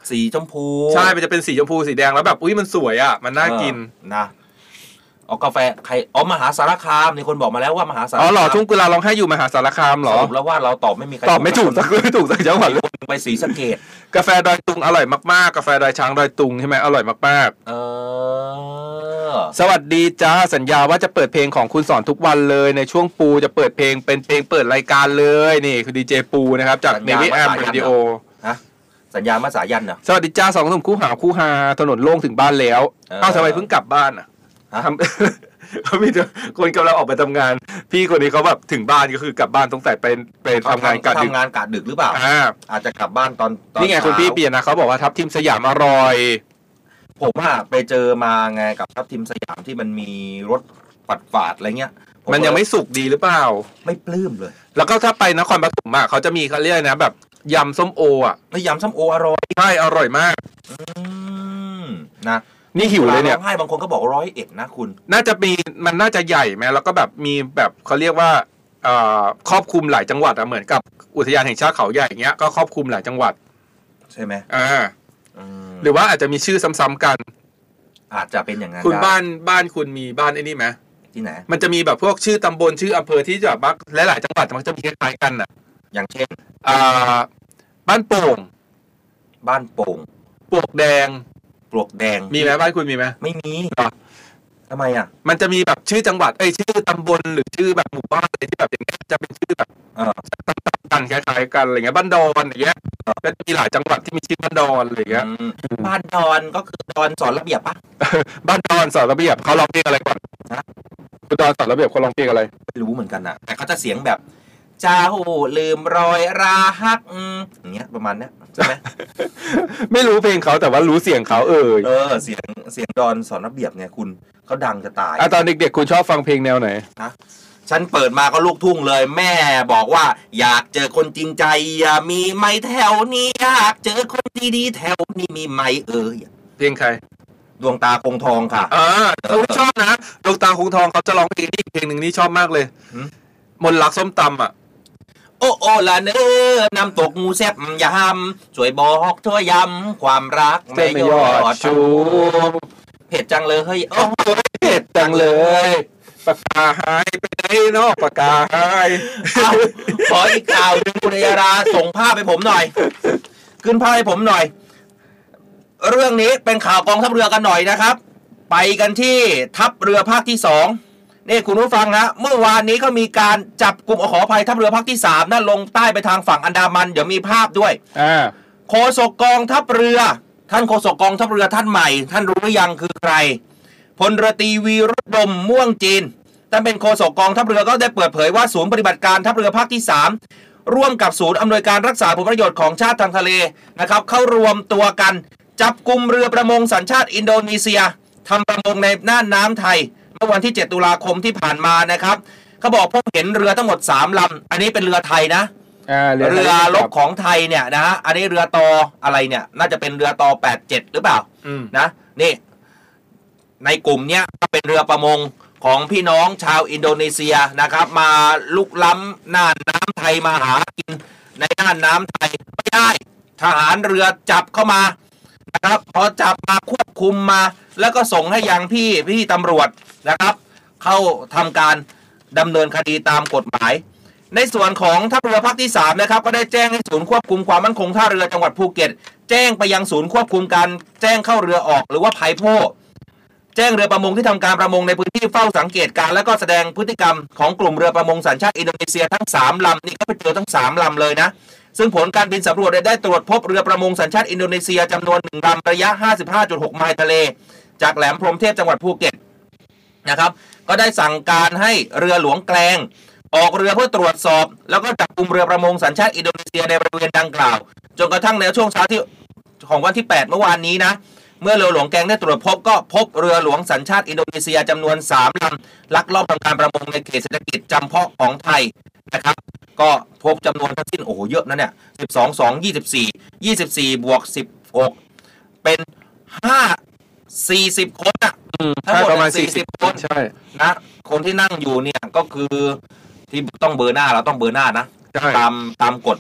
สีชมพูใช่มันจะเป็นสีชมพูสีแดงแล้วแบบอุ้ยมันสวยอ่ะมันน่ากินนะอ๋อกาแฟใครอ๋อมหาสารคามมีคนบอกมาแล้วว่ามหาสารคามอ๋อเหรอทุ่งกุลาร้องไห้อยู่มหาสารคามเหรอสรุปแล้วว่าเราตอบไม่มีใครตอบไม่ถูกสักไม่ถูกสักจังหวัดเลยไปศรีสะเกษกาแฟดอยตุงอร่อยมากๆกาแฟดอยช้างดอยตุงใช่ไหมอร่อยมากๆเออสวัสดีจ้าสัญญาว่าจะเปิดเพลงของคุณสอนทุกวันเลยในช่วงปูจะเปิดเพลงเป็นเพลงเปิดรายการเลยนี่คือดีเจปูนะครับจากเนวิแอมเรดิโอฮะสัญญามาสายันเหรอสวัสดีจ้าสองหนุ่มคู่หาคู่หาถนนโล่งถึงบ้านแล้วเอ้าทำไมเพิ่งกลับบ้านอ่ะทำเขามีคนกำลังออกไปทำงานพี่คนนี้เขาแบบถึงบ้านก็คือกลับบ้านต้องแต่ไปไปทำงานกะดึกทำงานกะดึกหรือเปล่าอาจจะกลับบ้านตอนนี่ไงคุณพี่เปลี่ยนนะเขาบอกว่าทับทิมสยามอร่อยผมอะไปเจอมาไงกับทับทิมสยามที่มันมีรถปัดฝาดอะไรเงี้ยมันยังไม่สุกดีหรือเปล่าไม่ปลื้มเลยแล้วก็ถ้าไปนครปฐมอะเขาจะมีเขาเรียกนะแบบยำส้มโออะไม่ยำส้มโออร่อยใช่อร่อยมากอืมนะนี่หิวเลยเนี่ยให้บางคนก็บอกร้อยเอ็ดนะคุณน่าจะมีมันน่าจะใหญ่ไหมแล้วก็แบบมีแบบเขาเรียกว่าเอ่อครอบคลุมหลายจังหวัดอะเหมือนกับอุทยานแห่งชาติเขาใหญ่อย่างเงี้ยก็ครอบคลุมหลายจังหวัดใช่ไหมอ่าหรือว่าอาจจะมีชื่อซ้ำๆกันอาจจะเป็นอย่างนั้นคุณบ้านบ้านคุณมีบ้านไอ้นี่ไหมที่ไหนมันจะมีแบบพวกชื่อตำบลชื่ออำเภอที่แบบว่าหลายๆจังหวัดมันจะมีคล้ายๆกันอะอย่างเช่นอ่าบ้านโป่งบ้านโป่งปลวกแดงปลวกแดงมีไหมบ้านคุณมีไหมไม่มีทำไมอ่ะมันจะมีแบบชื่อจังหวัดเอ้ยชื่อตำบลหรือชื่อแบบหมู่บ้านอะไรที่แบบอย่างเงี้ยจะเป็นชื่อแบบเออกันคล้ายๆกันอะไรเงี้ยบ้านดอนอย่างเงี้ยก็มีหลายจังหวัดที่มีชื่อบ้านดอนอะไรเงี้ยบ้านดอนก็คือดอนสอนระเบียบปะบ้านดอนสอนระเบียบเขาร้องเพลงอะไรก่อนนะคุณดอนสอนระเบียบเขาร้องเพลงอะไรไม่รู้เหมือนกันนะแต่เขาจะเสียงแบบเจ้าลืมรอยราฮักอย่างเงี้ยประมาณเนี้ยใช่ไหมไม่รู้เพลงเขาแต่ว่ารู้เสียงเขาเออเออเสียงเสียงดอนสอนระเบียบไงคุณเขาดังจะตายอ่ะตอนเด็กๆคุณชอบฟังเพลงแนวไหนนะฉันเปิดมาก็ลูกทุ่งเลยแม่บอกว่าอยากเจอคนจริงใจอย่ามีไหมแถวนี้อยากเจอคนดีๆแถวนี้มีไหมเออเพลงใครดวงตาคงทองค่ะอ่าเขาชอบนะดวงตาคงทองเขาจะร้องเพลงนี้เพลงหนึ่งนี่ชอบมากเลยมนต์รักส้มตำอ่ะโอ้โอละเนื้อน้ำตกงูแซ่บยำช่วยบอกช่วยย้ำความรักไม่ยอดชูเผ็ดจังเลยเฮ้ยโอ้เผ็ดจังเลยปากกาหายไปไหนเนาะปากกาหายขออีกข่าวหนึ่งคุณอัยราส่งภาพให้ผมหน่อยขึ้นภาพให้ผมหน่อยเรื่องนี้เป็นข่าวกองทัพเรือกันหน่อยนะครับไปกันที่ทัพเรือภาคที่สองนี่คุณผู้ฟังนะเมื่อวานนี้เขามีการจับกลุ่มขออภัยทัพเรือภาคที่สามนั่นลงใต้ไปทางฝั่งอันดามันเดี๋ยวมีภาพด้วยโฆษกกองทัพเรือท่านโฆษกกองทัพเรือท่านใหม่ท่านรู้หรือยังคือใครพลเรือตรีวีรดมม่วงจีนท่านเป็นโฆษกกองทัพเรือก็ได้เปิดเผยว่าศูนย์ปฏิบัติการทัพเรือภาคที่สามร่วมกับศูนย์อำนวยการรักษาผลประโยชน์ของชาติทางทะเลนะครับเข้ารวมตัวกันจับกลุ่มเรือประมงสัญชาติอินโดนีเซียทำประมงในน่านน้ำไทยเมื่อวันที่เจ็ดตุลาคมที่ผ่านมานะครับเขาบอกพบเห็นเรือทั้งหมดสามลำอันนี้เป็นเรือไทยนะเรือรบของไทยเนี่ยนะฮะอันนี้เรือตออะไรเนี่ยน่าจะเป็นเรือตอแปดสิบเจ็ดหรือเปล่านะนี่ในกลุ่มเนี้ยเป็นเรือประมงของพี่น้องชาวอินโดนีเซียนะครับมาลุกล้ำน่านน้ำไทยมาหากินในน่านน้ำไทยไม่ได้ทหารเรือจับเข้ามานะครับพอจับมาควบคุมมาแล้วก็ส่งให้ยังพี่พี่ตำรวจนะครับเข้าทำการดำเนินคดีตามกฎหมายในส่วนของทัพเรือภาคที่สามนะครับก็ได้แจ้งให้ศูนย์ควบคุมความมั่นคงท่าเรือจังหวัดภูเก็ตแจ้งไปยังศูนย์ควบคุมการแจ้งเข้าเรือออกหรือว่าไพโพแจ้งเรือประมงที่ทำการประมงในพื้นที่เฝ้าสังเกตการและก็แสดงพฤติกรรมของกลุ่มเรือประมงสัญชาติอินโดนีเซียทั้งสามลำนี่ก็ไปเจอทั้งสามลำเลยนะซึ่งผลการบินสำรวจได้ตรวจพบเรือประมงสัญชาติอินโดนีเซียจำนวนหนึ่งลำระยะ ห้าสิบห้าจุดหก ไมล์ทะเลจากแหลมพรหมเทพจังหวัดภูเก็ตนะครับก็ได้สั่งการให้เรือหลวงแกลงออกเรือเพื่อตรวจสอบแล้วก็จับกุมเรือประมงสัญชาติอินโดนีเซียในบริเวณดังกล่าวจนกระทั่งในช่วงเช้าที่ของวันที่แปดเมื่อวานนี้นะเมื่อเรือหลวงแกลงได้ตรวจพบก็พบเรือหลวงสัญชาติอินโดนีเซียจำนวนสามลำลักลอบทำการประมงในเขตเศรษฐกิจจำเพาะของไทยนะครับก็พบจำนวนทั้งสิ้นโอ้โหเยอะนะเนี่ยสิบสอง สอง ยี่สิบสี่ ยี่สิบสี่บวกสิบหกเป็นห้า สี่สิบคนอ่ะทั้งหมดประมาณสี่สิบคนใช่นะคนที่นั่งอยู่เนี่ยก็คือที่ต้องเบอร์หน้าเราต้องเบอร์หน้านะตามตามกฎใช่ไหม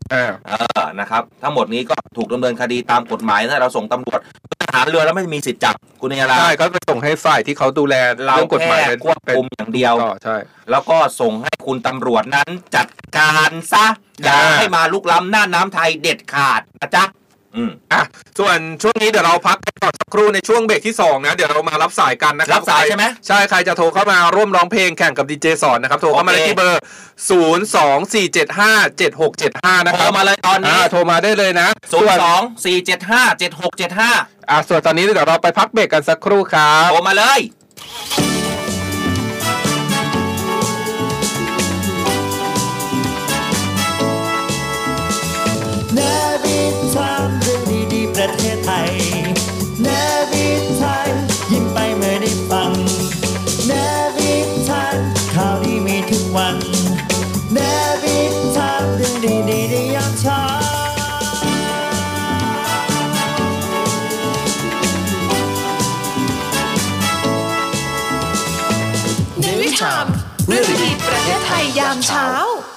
เออนะครับทั้งหมดนี้ก็ถูกดำเนินคดีตามกฎหมายถ้าเราส่งตำรวจทหารเรือแล้วไม่มีสิทธิ์จับคุณนายลาใช่ก็ไปส่งให้ฝ่ายที่เขาดูแลเรื่องกฎหมายควบคุมอย่างเดียวใช่แล้วก็ส่งให้คุณตำรวจนั้นจัดการซะอย่าให้มาลุกล้ำน่านน้ำไทยเด็ดขาดนะจ๊ะอืมอ่ะส่วนช่วงนี้เดี๋ยวเราพักก่อนสักครู่ในช่วงเบรกที่สองนะเดี๋ยวเรามารับสายกันนะครับรับสายใช่ไหมใช่ใครจะโทรเข้ามาร่วมร้องเพลงแข่งกับดีเจสอนนะครับโทรเข้ามาได้ที่เบอร์ศูนย์ สอง สี่ เจ็ด ห้า เจ็ด หก เจ็ด ห้านะครับโทรมาเลยตอนนี้โทรมาได้เลยนะศูนย์ สอง สี่ เจ็ด ห้า เจ็ด หก เจ็ด ห้าอ่ะส่วนตอนนี้เดี๋ยวเราไปพักเบรกกันสักครู่ครับโทรมาเลยเนวิทามเรื่องดีๆประเทศไทยเนวิทามยิ้มไปเมื่อได้ฟังเนวิทามข่าวดีมีทุกวันเนวิทามเรื่องดีๆในยามเช้าเนวิทามเรื่องดีๆประเทศไทยยามเช้า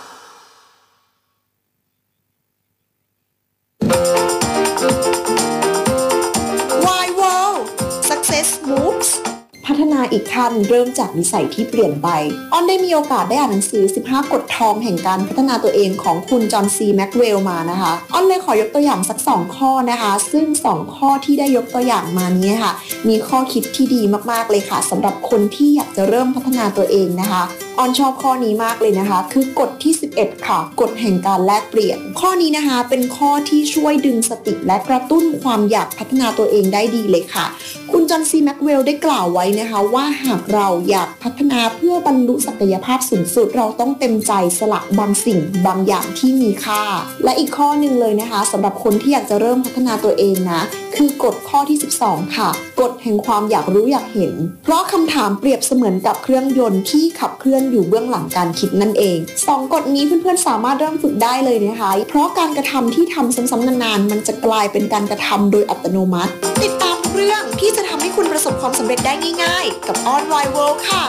Moves พัฒนาอีกขั้นเริ่มจากนิสัยที่เปลี่ยนไปออนได้มีโอกาสได้อ่านหนังสือสิบห้ากฎทองแห่งการพัฒนาตัวเองของคุณจอห์นซีแม็กเวลมานะคะออนเลยขอยกตัวอย่างสักสองข้อนะคะซึ่งสองข้อที่ได้ยกตัวอย่างมานี้ค่ะมีข้อคิดที่ดีมากๆเลยค่ะสำหรับคนที่อยากจะเริ่มพัฒนาตัวเองนะคะออนชอบข้อนี้มากเลยนะคะคือกฎที่สิบเอ็ดค่ะกฎแห่งการแลกเปลี่ยนข้อนี้นะคะเป็นข้อที่ช่วยดึงสติและกระตุ้นความอยากพัฒนาตัวเองได้ดีเลยค่ะคุณจอห์นซีแม็กเวลได้กล่าวไว้นะคะว่าหากเราอยากพัฒนาเพื่อบรรลุศักยภาพสูงสุดเราต้องเต็มใจสละบางสิ่งบางอย่างที่มีค่าและอีกข้อหนึ่งเลยนะคะสำหรับคนที่อยากจะเริ่มพัฒนาตัวเองนะคือกฎข้อที่สิบสองค่ะกฎแห่งความอยากรู้อยากเห็นเพราะคำถามเปรียบเสมือนกับเครื่องยนต์ที่ขับเคลื่อนอยู่เบื้องหลังการคิดนั่นเองสองกฎนี้เพื่อนๆสามารถเริ่มฝึกได้เลยนะคะเพราะการกระทำที่ทำซ้ำๆนานๆมันจะกลายเป็นการกระทำโดยอัตโนมัติติดตามเรื่องที่จะทำให้คุณประสบความสำเร็จได้ง่ายๆกับ On Wide World ค่ะ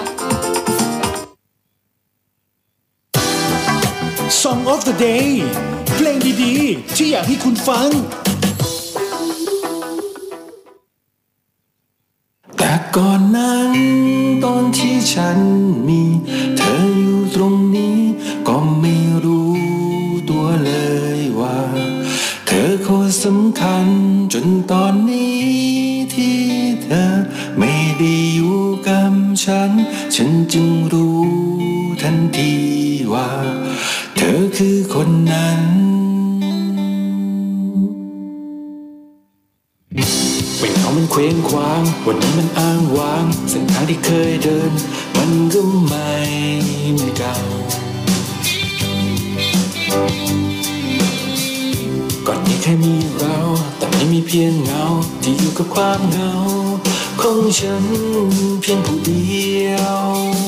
Song of the Day เพลงดีๆที่อยากให้คุณฟังแต่ก่อนนั้นตอนที่ฉันมีเธออยู่ตรงนี้ก็ไม่รู้ตัวเลยว่าเธอโคตรสำคัญจนตอนนี้ที่เธอไม่ได้อยู่กับฉันฉันจึงรู้ทันทีว่าเธอคือคนนั้นไม่เอามันเคว้งคว้างวันนี้มันอ้างว้างเส้นทางที่เคยเดินมันก็ไม่เหมือนเก่าก่อนนี้แค่มีเราแต่ไม่มีเพียงเงาที่อยู่กับความเหงาของฉันเพียงผู้เดียว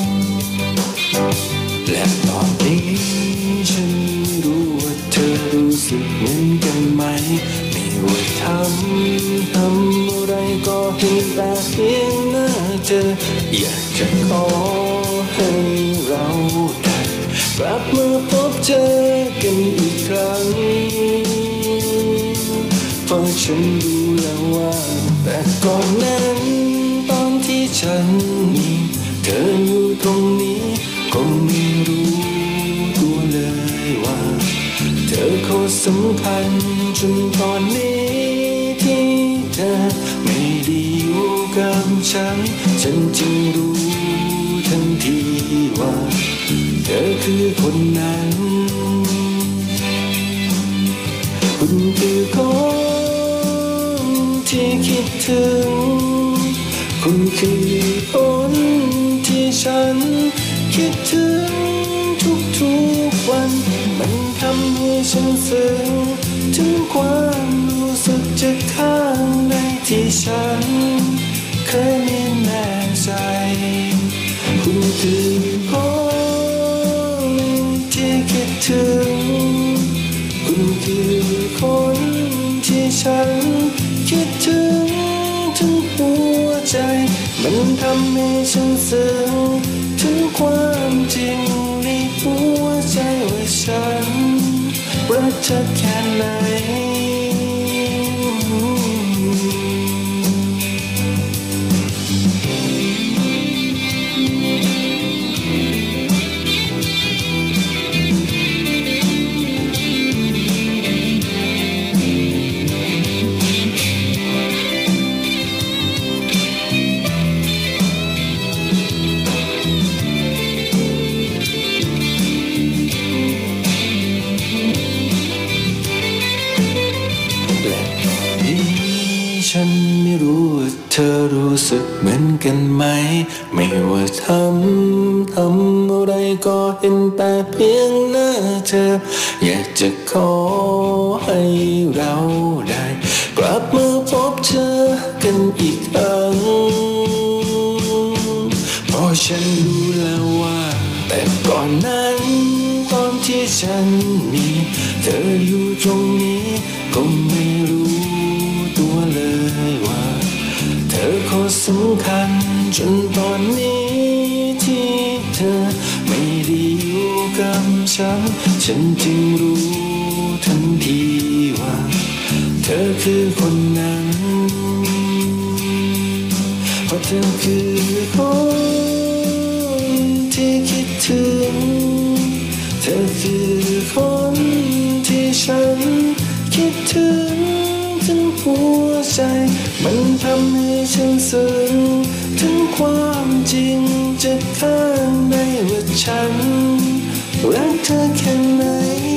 และตอนนี้ฉันรู้ว่าเธอรู้สึกเหมือนกันไหมไม่ว่าทำทำอะไรก็เห็นแต่เพียงหน้าเธออยากจะขอให้เราได้กลับมาพบเจอกันอีกครั้งเพราะฉันรู้แล้วว่าแต่ก่อนนั้นตอนที่ฉันมีเธออยู่ตรงนี้ก็ไม่รู้ตัวเลยว่าเธอโคตรสำคัญจนตอนนี้ที่เธอไม่ได้อยู่กับฉันฉันจึงรู้ทันทีว่าเธอคือคนนั้นคุณคือคนที่คิดถึงคุณคือคนที่ฉันคิดถึงทุกๆวันมันทำให้ฉันซึ้งถึงความรู้สึกจากข้างในที่ฉันเคยไม่แน่ใจคุณคือคนที่คิดถึงคุณคือคนที่ฉันคิดถึงถึงหัวใจมันทำให้ฉันซึ้งถึงความจริงในหัวใจว่าฉันรักเธอแค่ไหนฉันไม่รู้ว่าเธอรู้สึกเหมือนกันไหมไม่ว่าทำทำอะไรก็เห็นแต่เพียงหน้าเธออยากจะขอให้เราได้กลับมาพบเธอกันอีกครั้งเพราะฉันรู้แล้วว่าแต่ก่อนนั้นตอนที่ฉันมีเธออยู่ตรงนี้ก็ไม่รู้ตัวเลยว่าเธอคนสำคัญจนตอนนี้ที่เธอไม่ได้อยู่กับฉันฉันจึงรู้ทันทีว่าเธอคือคนนั้นเพราะเธอคือคนที่คิดถึงเธอคือคนที่ฉันคิดถึงถึงหัวใจมันทำให้ฉันซึ้งถึงความจริงจากข้างในว่าฉันรักเธอแค่ไหน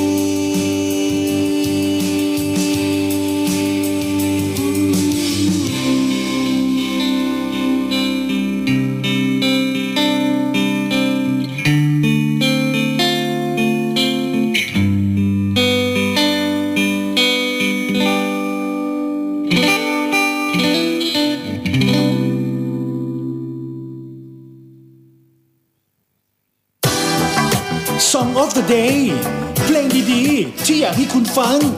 Song of the Day เพลงดีๆที่อยากให้คุณฟัง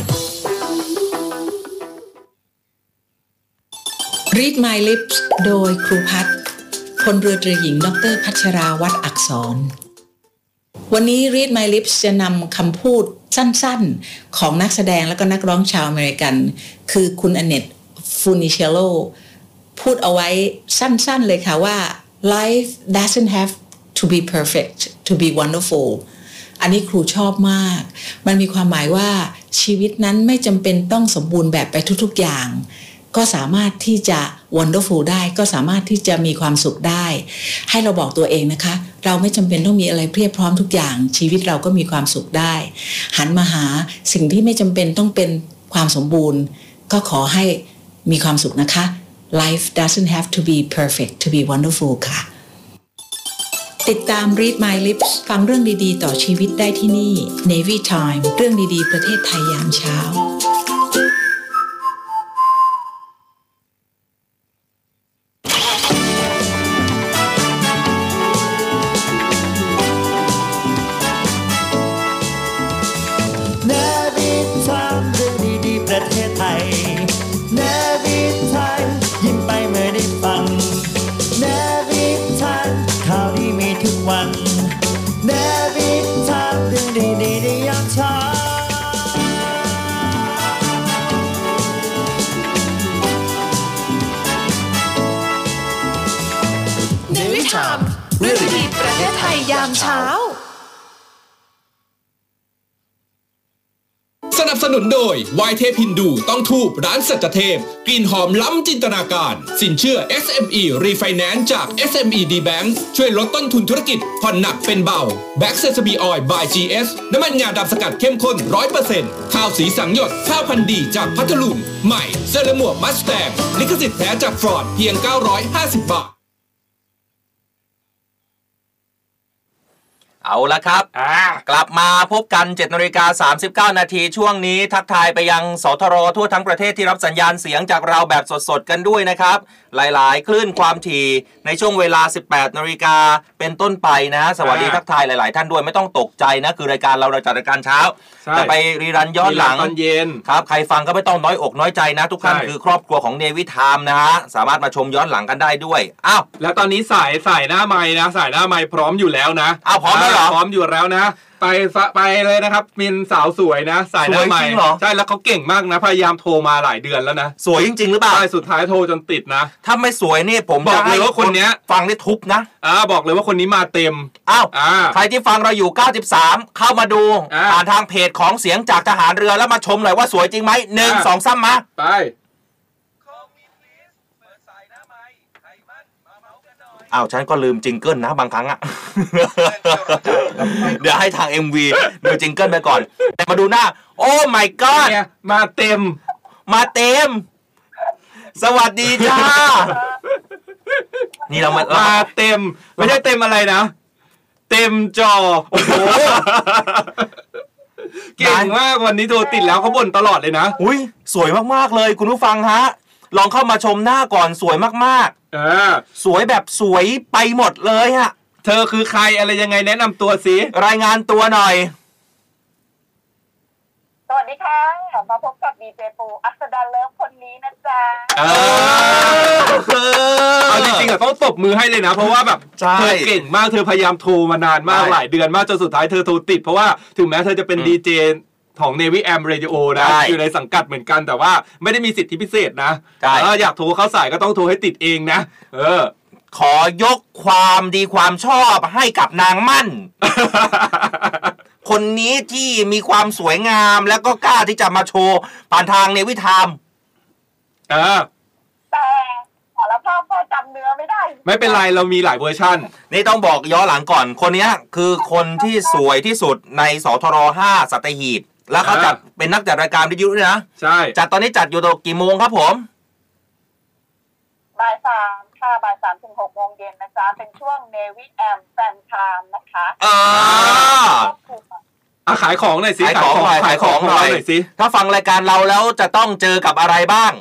Read My Lips โดยครูพัฒน์พลเรือตรีหญิงดรพัชราวัฒน์อักษรวันนี้ Read My Lips จะนำคำพูดสั้นๆของนักแสดงและก็นักร้องชาวอเมริกันคือคุณอเนตฟูนิเชโลพูดเอาไว้สั้นๆเลยค่ะว่า Life doesn't have to be perfect to be wonderful อันนี้ครูชอบมากมันมีความหมายว่าชีวิตนั้นไม่จำเป็นต้องสมบูรณ์แบบไปทุกๆอย่างก็สามารถที่จะ wonderful ได้ก็สามารถที่จะมีความสุขได้ให้เราบอกตัวเองนะคะเราไม่จำเป็นต้องมีอะไรเพียบพร้อมทุกอย่างชีวิตเราก็มีความสุขได้หันมาหาสิ่งที่ไม่จำเป็นต้องเป็นความสมบูรณ์ก็ขอให้มีความสุขนะคะ Life doesn't have to be perfect to be wonderful ค่ะติดตาม Read My Lips ฟังเรื่องดีๆต่อชีวิตได้ที่นี่ Navy Time เรื่องดีๆประเทศไทยยามเช้า Navy Time เรื่องดีๆประเทศไทย Navy Time ยิ้มไปเมื่อได้ฟัง Navy Time ข่าวดีมีทุกวัน Navy Time เรื่องดีๆในยามเช้า Navy Time เรื่องดีๆประเทศไทยยามเช้าสนับสนุนโดยไวน์เทพฮินดูต้องทูบร้านสัจเทพกลิ่นหอมล้ำจินตนาการสินเชื่อ เอส เอ็ม อี Refinance จาก เอส เอ็ม อี D Bank ช่วยลดต้นทุนธุรกิจผ่อนหนักเป็นเบา Black Sesame Oil by จี เอส น้ำมันงาดำสกัดเข้มข้น ร้อยเปอร์เซ็นต์ ข้าวสีสังหยดข้าวพันธุ์ดีจากพัทลุงใหม่เสื้อและหมวกมัสแตงลิขสิทธิ์แท้จากฟอร์ดเพียงเก้าร้อยห้าสิบบาทเอาละครับกลับมาพบกัน เจ็ดนาฬิกาสามสิบเก้านาทีช่วงนี้ทักทายไปยังสทรทั่วทั้งประเทศที่รับสัญญาณเสียงจากเราแบบสดๆกันด้วยนะครับหลายๆคลื่นความถี่ในช่วงเวลา สิบแปดนาฬิกาเป็นต้นไปนะสวัสดีทักทายหลายๆท่านด้วยไม่ต้องตกใจนะคือรายการเราเราจัดรายการเช้าแต่ไปรีรันย้อนหลังตอนเย็นครับใครฟังก็ไม่ต้องน้อยอกน้อยใจนะทุกท่านคือครอบครัวของเนวิทามนะฮะสามารถมาชมย้อนหลังกันได้ด้วยอ้าวแล้วตอนนี้สายสายหน้าไมค์นะสายหน้าไมค์พร้อมอยู่แล้วนะอ้าวพร้อมแล้วเหรอพร้อมอยู่แล้วนะไปไปเลยนะครับมินสาวสวยนะสายหน้าใหม่ใช่แล้วเขาเก่งมากนะพยายามโทรมาหลายเดือนแล้วนะสวยจริงๆหรือเปล่าใช่สุดท้ายโทรจนติดนะถ้าไม่สวยนี่ผมบอกเลยว่าคนเนี้ยฟังได้ทุบนะอ่าบอกเลยว่าคนนี้มาเต็มอ้าวใครที่ฟังเราอยู่เก้าสิบสามเข้ามาดูผ่านทางเพจของเสียงจากทหารเรือแล้วมาชมหน่อยว่าสวยจริงไหมหนึ่งสองสามมาไปอ้าวฉันก็ลืมจิงเกิลนะบางครั้งอ่ะ เดี๋ยวให้ทาง เอ็ม วี ดูจิงเกิลไปก่อนแต่มาดูหน้าโอ้ my god มาเต็มมาเต็มสวัสดีจ้านี่เรามามาเต็มไม่ใช่เต็มอะไรนะเต็มจอโอ้โหเก่งมากวันนี้โทรติดแล้วเขาบ่นตลอดเลยนะอุ้ยสวยมากๆเลยคุณผู้ฟังฮะลองเข้ามาชมหน้าก่อนสวยมากๆเออสวยแบบสวยไปหมดเลยฮะเธอคือใครอะไรยังไงแนะนำตัวสิรายงานตัวหน่อยสวัสดีค่ะมาพบกับดีเจปูอัศดาเลิฟคนนี้นะจ๊ะเออเอาจริงๆอะต้องตบมือให้เลยนะเพราะว่าแบบเธอเก่งมากเธอพยายามโทรมานานมากหลายเดือนมากจนสุดท้ายเธอโทรติดเพราะว่าถึงแม้เธอจะเป็นดีเจของ Navy Am Radio นะอยู่ในสังกัดเหมือนกันแต่ว่าไม่ได้มีสิทธิพิเศษนะอยากโทรเข้าสายก็ต้องโทรให้ติดเองนะเออขอยกความดีความชอบให้กับนางมั่น คนนี้ที่มีความสวยงามแล้วก็กล้าที่จะมาโชว์ผ่านทาง Navy Time เออแต่ขอรับภาพก็จำเนื้อไม่ได้ไม่เป็นไรเรามีหลายเวอร์ชั่นนี่ต้องบอกย้อนหลังก่อนคนนี้คือคนที่สวยที่สุดในสทรห้าสัตหีบแล้วเขาจัดเป็นนักจัดรายการวิทยุด้วยนะใช่จัดตอนนี้จัดอยู่ตรงกี่โมงครับผมบ่ายสามค่ะบ่ายสามถึงหกโมงเย็นนะจ๊ะเป็นช่วง Navy Am Fan Time นะคะอ่าอ่ะขายของหน่อยสิขายของหน่อยขายของหน่อยสิถ้าฟังรายการเราแล้วจะต้องเจอกับอะไรบ้าง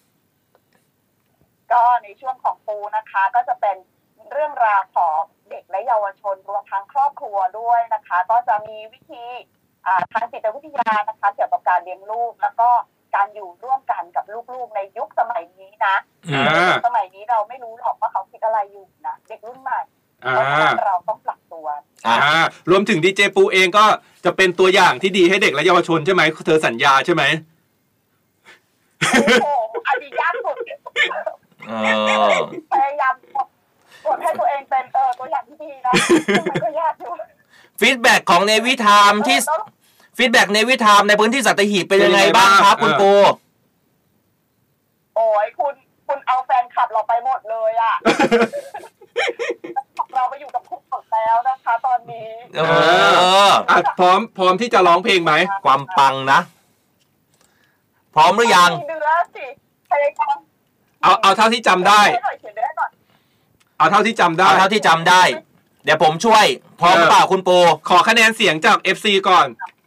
ก็ในช่วงของปูนะคะก็จะเป็นเรื่องราวของเด็กและเยาวชนรวมทั้งครอบครัวด้วยนะคะก็จะมีวิธีทางจิตวิทยานะคะเกี่ยวกับการเลี้ยงลูกแล้วก็การอยู่ร่วมกันกับลูกๆในยุคสมัยนี้นะสมัยนี้เราไม่รู้หรอกว่าเขาคิดอะไรอยู่นะเด็กรุ่นใหม่เพราะฉะนั้นเราต้องปรับตัวรวมถึงดีเจปูเองก็จะเป็นตัวอย่างที่ดีให้เด็กและเยาวชนใช่ไหมเธอสัญญาใช่ไหมโอ้โหอันนี้ยากสุดพยายามกดให้ตัวเองเป็นเออตัวอย่างที่ดีนะมันก็ยากอยู่ฟีดแบ็กของ Navy Time ที่ฟีดแบ็ก Navy Time ในพื้นที่สัตหีบเป็นยังไงบ้างครับคุณปูโอ้ยคุณคุณเอาแฟนคลับเราไปหมดเลยอ่ะเราไปอยู่กับคุกหมดแล้วนะคะตอนนี้เออพร้อมพร้อมที่จะร้องเพลงไหมความปังนะพร้อมหรือยังเดือดสิพยายามเอาเอาเท่าที่จำได้เอาเท่าที่จำได้เอาเท่าที่จำได้เดี๋ยวผมช่วยพร้อมเปล่าคุณปูขอคะแนนเสียงจาก เอฟ ซี ก่อน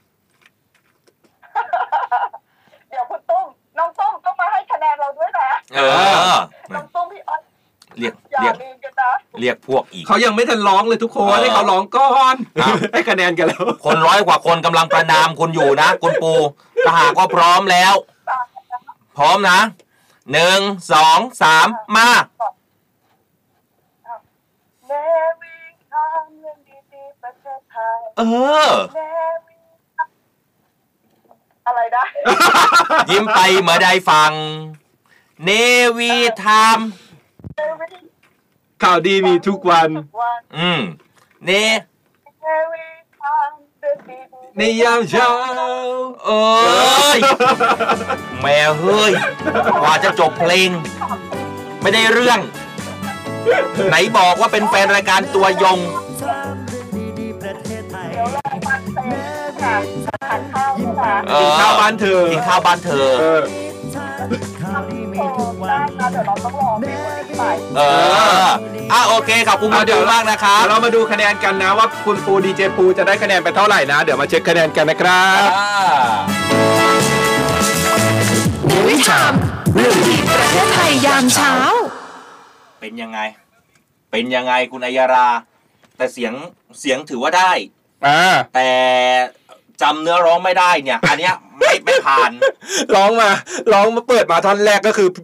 เดี๋ยวคุณตุ้มน้องตุ้มต้องมาให้คะแนนเราด้วยนะเออน้องตุ้มพี่อ๊อตเรียกเรียกเรียกพวกอีกเขายังไม่ทันร้องเลยทุกคนให้เขาร้องก่อนให้คะแนนกันแล้วคนร้อยกว่าคนกำลังประนามคุณอยู่นะคุณปูถ้าหากว่าพร้อมแล้วพร้อมนะหนึ่งสองสามมาเอออะไรได้ยิ้มไปเมื่อได้ฟัง Navy Time ข่าวดีมีทุกวันอืมเนในยามเช้าเอ้ยแม่เฮ้ยกว่าจะจบเพลงไม่ได้เรื่องไหนบอกว่าเป็นแฟนรายการตัวยงกินข้าวบ้านเธอกินข้าวบ้านเธอเอออ่ะโอเคขอบคุณมาดูมากนะครับเรามาดูคะแนนกันนะว่าคุณปูดีเจปูจะได้คะแนนไปเท่าไหร่นะเดี๋ยวมาเช็คคะแนนกันนะครับวิชามเรื่องดีประเทศไทยยามเช้าเป็นยังไงเป็นยังไงคุณอัยราแต่เสียงเสียงถือว่าได้แต่จำเนื้อร้องไม่ได้เนี่ยอันเนี้ยไม่ไม่ผ่านร้องมาร้องมาเปิดมาท่อนแรกก็คือ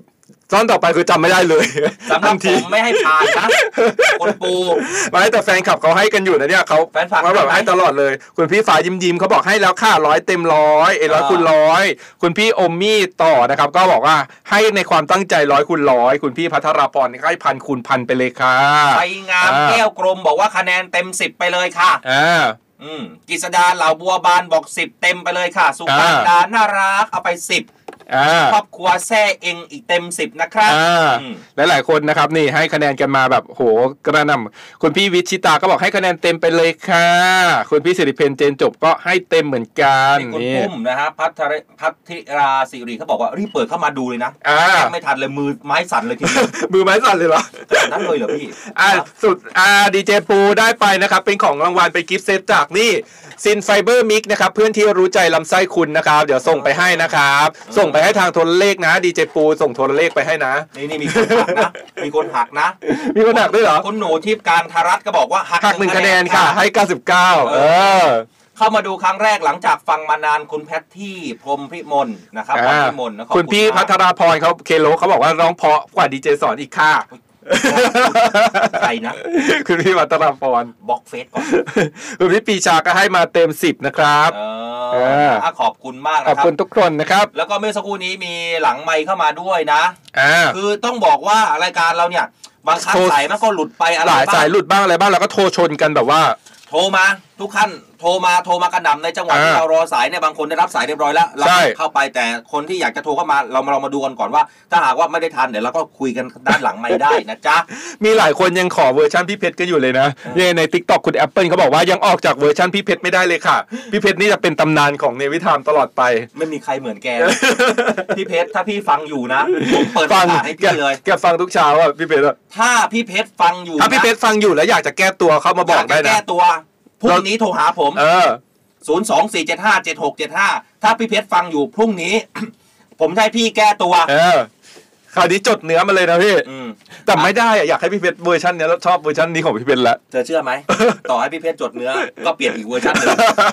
ซ้อนต่อไปคือจำไม่ได้เลยสำหรับผมไม่ให้ผ่านนะคนปูไม่แต่แฟนคลับเขาให้กันอยู่นะเนี่ยเขาเขาแบบให้ตลอดเลยคุณพี่ฟ้ายิ้มยิ้มเขาบอกให้แล้วค่ะร้อยเต็มร้อยเอร้อยคูณร้อยคุณพี่อมมี่ต่อนะครับก็บอกว่าให้ในความตั้งใจร้อยคูณร้อยคุณพี่พัทรพรให้พันคูณพันไปเลยค่ะไปงามแก้วกรมบอกว่าคะแนนเต็มสิบไปเลยค่ะอ่าอืมกฤษดาเหล่าบัวบานบอกสิบเต็มไปเลยค่ะสุภาดาน่ารักเอาไปสิบครอบครัวแซ่เองอีกเต็มสิบนะครับหลายๆคนนะครับนี่ให้คะแนนกันมาแบบโหกระหน่ำคุณพี่วิชิตาก็บอกให้คะแนนเต็มไปเลยค่ะคุณพี่สิริเพนเจนจบก็ให้เต็มเหมือนกันนี่คุณปุ้มนะฮะพัทรพัทราสิริเขาบอกว่ารีบเปิดเข้ามาดูเลยนะไม่ทันเลยมือไม้สั่นเลยทีเดียวมือไม้สั่นเลยเหรอนั่นเลยเหรอพี่อ่าสุดอ่าดีเจปูได้ไปนะครับเป็นของรางวัลเป็นกิฟต์เซตจากนี่ซินไฟเบอร์มิกนะครับเพื่อนที่รู้ใจลำไส้คุณนะครับเดี๋ยวส่งไปให้นะครับส่งไปให้ทางโทรเลขนะดีเจปูส่งโทรเลขไปให้นะนี่นี่มีคนหักนะมีคนหักนะมีคนหักด้วยเหรอคุณหนูทิพย์การธารัตน์ก็บอกว่าหักหนึ่งคะแนนค่ะให้เก้าสิบเก้าเออเข้ามาดูครั้งแรกหลังจากฟังมานานคุณแพทที่พรหมพิมลนะครับพรหมพิมลนะคุณพี่พัทราพรเขาเคโลเขาบอกว่าร้องเพราะกว่าดีเจสอนอีกค่ะใครนะคุณพี่วัตราพรบล็อกเฟซก่อนคุณพี่ปีชาก็ให้มาเต็มสิบนะครับเออขอบคุณมากนะครับขอบคุณทุกคนนะครับแล้วก็เมื่อสักครู่นี้มีหลังไมค์เข้ามาด้วยนะคือต้องบอกว่ารายการเราเนี่ยบางครั้งสายมันก็หลุดไปอะไรบ้างหลายสายหลุดบ้างอะไรบ้างแล้วก็โทรชนกันแบบว่าโทรมาทุกขั้นโทรมาโทรมากระหน่ำในจังหวะที่เรารอสายเนี่ยบางคนได้รับสายเรียบร้อยแล้วเราเข้าไปแต่คนที่อยากจะโทรเข้ามาเรามาลองมาดูกันก่อนว่าถ้าหากว่าไม่ได้ทันเดี๋ยวเราก็คุยกันด้านหลังไม่ได้นะจ๊ะมีหลายคนยังขอเวอร์ชันพี่เพชรกันอยู่เลยนะเนี่ยใน TikTok คุณ Apple เขาบอกว่ายังออกจากเวอร์ชันพี่เพชรไม่ได้เลยค่ะพี่เพชรนี่จะเป็นตำนานของเนวิทามตลอดไปไม่มีใครเหมือนแกพี่เพชรถ้าพี่ฟังอยู่นะผมเปิดโอกาสให้พี่เลยแกฟังทุกเช้าอ่ะพี่เพชรถ้าพี่เพชรฟังอยู่ถ้าพี่เพชรฟังอยู่แล้วอยากจะแก้ตัวเข้ามาบอกได้นะแก้ตัวพรุ่งนี้โทรหาผมเออศูนย์ สอง สี่ เจ็ด ห้า เจ็ด หก เจ็ด ห้าถ้าพี่เพชรฟังอยู่พรุ่งนี้ ผมให้พี่แก้ตัวเออคราวนี้จดเนื้อมาเลยนะพี่แต่ไม่ได้อะอยากให้พี่เพชรเวอร์ชันนี้แล้วชอบเวอร์ชันนี้ของพี่เพชรละเธอเชื่อไหม ต่อให้พี่เพชรจดเนื้อก็เปลี่ยนอีกเวอร์ชันนึง